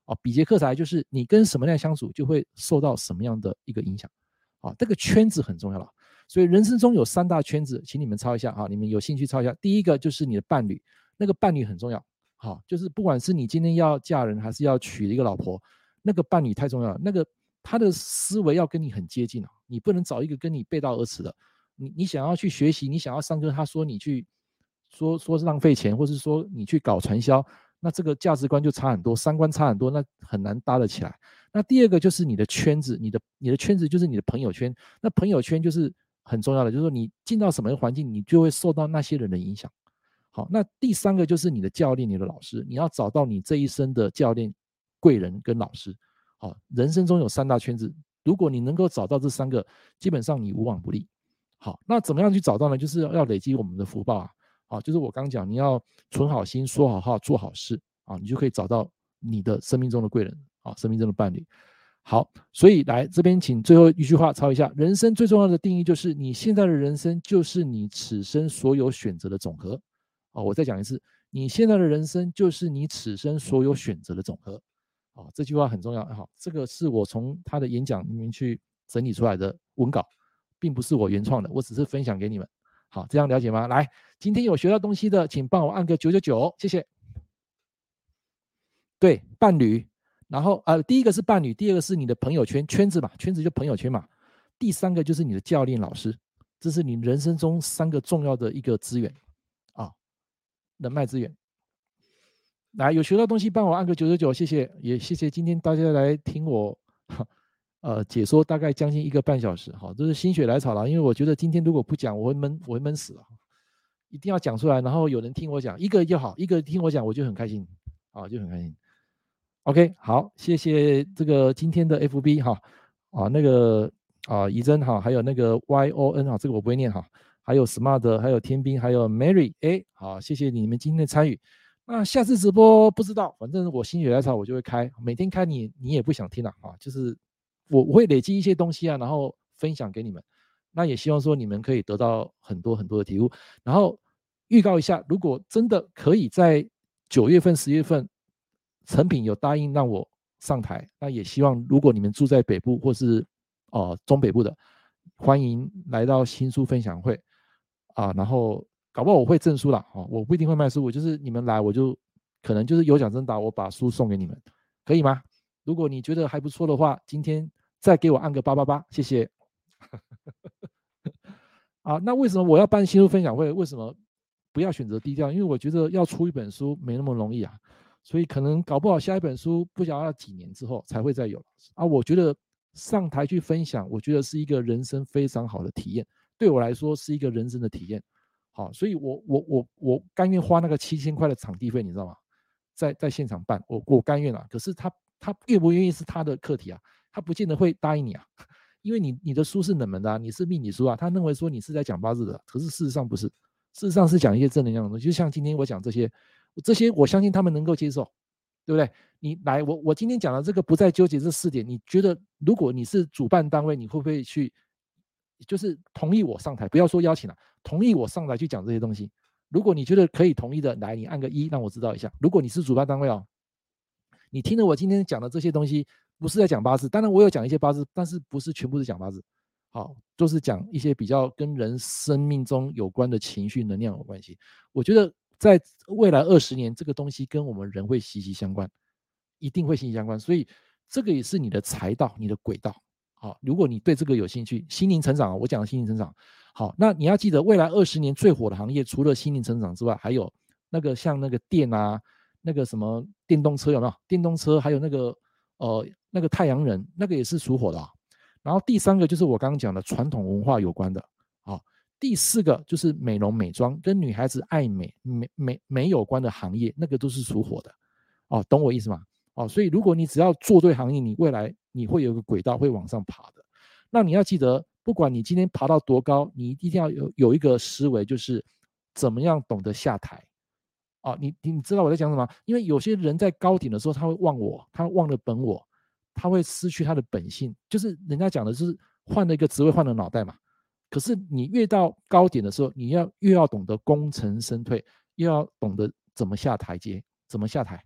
比劫克财就是你跟什么样相处，就会受到什么样的一个影响。这个圈子很重要了。所以人生中有3大圈子，请你们抄一下，你们有兴趣抄一下。第一个就是你的伴侣，那个伴侣很重要。就是不管是你今天要嫁人还是要娶一个老婆，那个伴侣太重要了。那个他的思维要跟你很接近，你不能找一个跟你背道而驰的。你想要去学习，你想要上课，他说你去说是浪费钱，或是说你去搞传销，那这个价值观就差很多，三观差很多，那很难搭得起来。那第二个就是你的圈子，你的圈子就是你的朋友圈。那朋友圈就是很重要的，就是说你进到什么环境，你就会受到那些人的影响。好，那第3个就是你的教练，你的老师，你要找到你这一生的教练、贵人跟老师。好，人生中有3大圈子，如果你能够找到这3个，基本上你无往不利。好，那怎么样去找到呢？就是要累积我们的福报啊。就是我刚讲，你要存好心、说好话、做好事啊，你就可以找到你的生命中的贵人啊，生命中的伴侣。好，所以来这边请最后一句话抄一下：人生最重要的定义就是你现在的人生就是你此生所有选择的总和。我再讲一次，你现在的人生就是你此生所有选择的总和。这句话很重要。这个是我从他的演讲里面去整理出来的文稿，并不是我原创的，我只是分享给你们。好，这样了解吗？来，今天有学到东西的，请帮我按个999，谢谢。对，伴侣，然后第一个是伴侣，第二个是你的朋友圈，圈子嘛，圈子就朋友圈嘛。第3个就是你的教练老师，这是你人生中3个重要的一个资源人脉资源。来，有学到东西帮我按个999，谢谢，也谢谢今天大家来听我解说大概将近1个半小时。好，这是心血来潮了，因为我觉得今天如果不讲，我会闷死了，一定要讲出来，然后有人听我讲，一个就好，一个听我讲，我就很开心，就很开心。OK， 好，谢谢这个今天的 FB 那个怡珍还有那个 YON 这个我不会念还有 Smart， 还有天兵，还有 Mary， 好，谢谢你们今天的参与。那下次直播不知道，反正我心血来潮我就会开，每天开你也不想听了就是我会累积一些东西然后分享给你们。那也希望说你们可以得到很多很多的体悟。然后预告一下，如果真的可以在9月份、10月份，成品有答应让我上台，那也希望如果你们住在北部或是中北部的，欢迎来到新书分享会然后搞不好我会证书啦我不一定会卖书，我就是你们来我就可能就是有奖征答，我把书送给你们，可以吗？如果你觉得还不错的话，今天再给我按个888，谢谢。那为什么我要办新书分享会？为什么不要选择低调？因为我觉得要出一本书没那么容易所以可能搞不好下一本书不晓得要几年之后才会再有我觉得上台去分享，我觉得是一个人生非常好的体验，对我来说是一个人生的体验。好，所以我甘愿花那个7000块的场地费，你知道吗？在现场办，我甘愿可是他愿不愿意是他的课题他不见得会答应你因为你的书是冷门的你是命理书他认为说你是在讲八字的，可是事实上不是，事实上是讲一些正能量的东西，就像今天我讲这些我相信他们能够接受，对不对？你来我今天讲的这个不再纠结这4点，你觉得如果你是主办单位，你会不会去就是同意我上台，不要说邀请同意我上台去讲这些东西？如果你觉得可以同意的，来你按个1让我知道一下。如果你是主办单位你听了我今天讲的这些东西不是在讲八字，当然我有讲一些八字，但是不是全部是讲八字，就是讲一些比较跟人生命中有关的情绪能量有关系。我觉得在未来20年，这个东西跟我们人会息息相关，一定会息息相关。所以这个也是你的财道，你的轨道。如果你对这个有兴趣，心灵成长我讲的心灵成长。好，那你要记得，未来20年最火的行业，除了心灵成长之外，还有那个像那个电那个什么电动车有没有？电动车还有那个太阳能，那个也是属火的然后第3个就是我刚刚讲的传统文化有关的第4个就是美容美妆，跟女孩子爱美有关的行业，那个都是属火的懂我意思吗？所以如果你只要做对行业，你未来你会有一个轨道会往上爬的。那你要记得，不管你今天爬到多高，你一定要有一个思维，就是怎么样懂得下台你知道我在讲什么？因为有些人在高点的时候，他会忘我，他忘了本我，他会失去他的本性，就是人家讲的是换了一个职位换了脑袋嘛。可是你越到高点的时候，你越要懂得功成身退，又要懂得怎么下台阶，怎么下台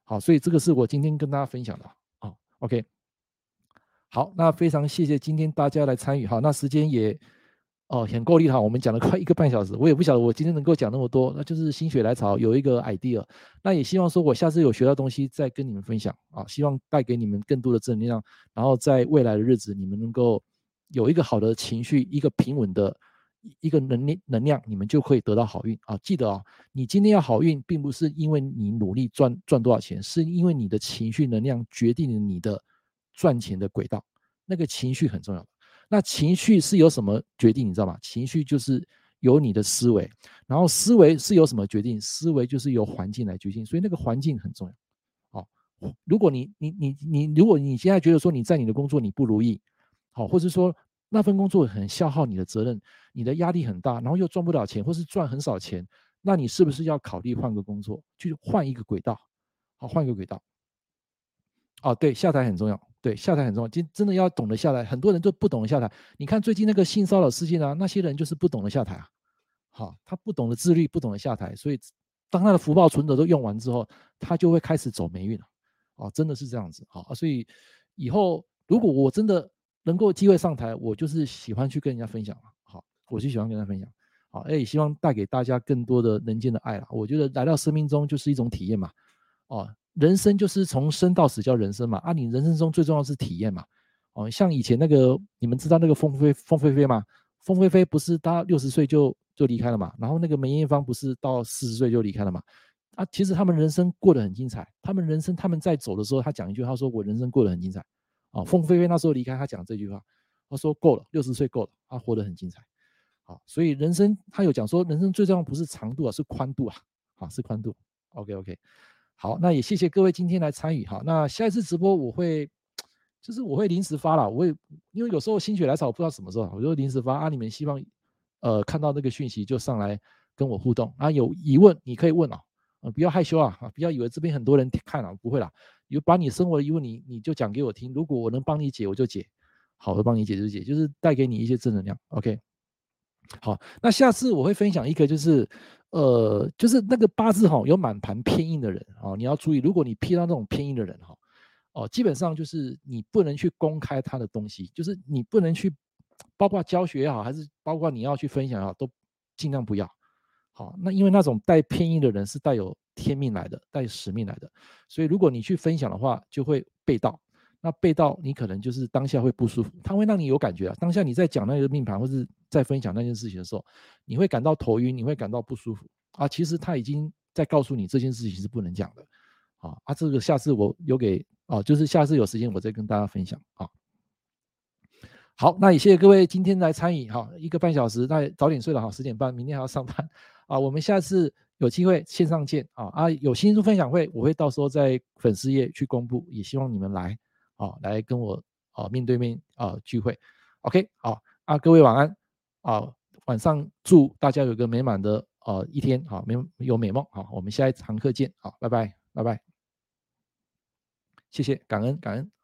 好，所以这个是我今天跟大家分享的。好 ，OK。好，那非常谢谢今天大家来参与。好，那时间也很够力哈，我们讲了快1个半小时，我也不晓得我今天能够讲那么多，那就是心血来潮有一个 idea，那也希望说我下次有学到东西再跟你们分享啊，希望带给你们更多的正能量，然后在未来的日子你们能够有一个好的情绪，一个平稳的一个能量，你们就可以得到好运啊。记得啊，你今天要好运，并不是因为你努力赚多少钱，是因为你的情绪能量决定了你的赚钱的轨道，那个情绪很重要。那情绪是由什么决定？你知道吗？情绪就是由你的思维，然后思维是由什么决定？思维就是由环境来决定，所以那个环境很重要。哦，如果如果你现在觉得说你在你的工作你不如意，好，或者说那份工作很消耗你的责任，你的压力很大，然后又赚不了钱，或是赚很少钱，那你是不是要考虑换个工作，去换一个轨道？好，换一个轨道。哦，对，下台很重要。对，下台很重要，真的要懂得下台。很多人都不懂得下台。你看最近那个性骚扰事件啊，那些人就是不懂得下台啊。好，他不懂得自律，不懂得下台，所以当他的福报存折都用完之后，他就会开始走霉运了。哦，真的是这样子。好，所以以后如果我真的能够机会上台，我就是喜欢去跟人家分享。好，我就喜欢跟人家分享。好，也希望带给大家更多的人间的爱啦。我觉得来到生命中就是一种体验嘛。哦，人生就是从生到死叫人生嘛。啊，你人生中最重要的是体验嘛。哦，像以前那个你们知道那个凤飞飞吗？凤飞飞不是他60岁就离开了嘛，然后那个梅艳芳不是到40岁就离开了嘛。啊，其实他们人生过得很精彩。他们人生他们在走的时候，他讲一句，他说我人生过得很精彩。哦，凤飞飞那时候离开，他讲这句话，他说够了，60岁够了，他活得很精彩。好，所以人生他有讲说，人生最重要不是长度啊，是宽度啊。好，是宽度。OK。好，那也谢谢各位今天来参与哈。那下一次直播我会，就是我会临时发啦，我会因为有时候心血来潮，我不知道什么时候，我就临时发啊。你们希望看到那个讯息就上来跟我互动啊，有疑问你可以问啊，不要害羞啊，不要以为这边很多人看啊，不会啦，有把你生活的疑问你就讲给我听，如果我能帮你解我就解，好，我帮你解就解，就是带给你一些正能量。OK。好，那下次我会分享一个，就是那个八字哈，有满盘偏印的人你要注意，如果你批到那种偏印的人基本上就是你不能去公开他的东西，就是你不能去，包括教学也好，还是包括你要去分享也好，都尽量不要。好，那因为那种带偏印的人是带有天命来的，带使命来的，所以如果你去分享的话，就会被盗。那被盗，你可能就是当下会不舒服，它会让你有感觉啊。当下你在讲那个命盘，或是在分享那件事情的时候，你会感到头晕，你会感到不舒服啊。其实他已经在告诉你这件事情是不能讲的这个下次我有给就是下次有时间我再跟大家分享啊。好，那也谢谢各位今天来参与1个半小时，那早点睡了10点半，明天还要上班我们下次有机会线上见有新书分享会，我会到时候在粉丝页去公布，也希望你们来来跟我面对面聚会。OK， 好各位晚安晚上祝大家有个美满的一天有美梦我们下一堂课见拜拜，谢谢，感恩。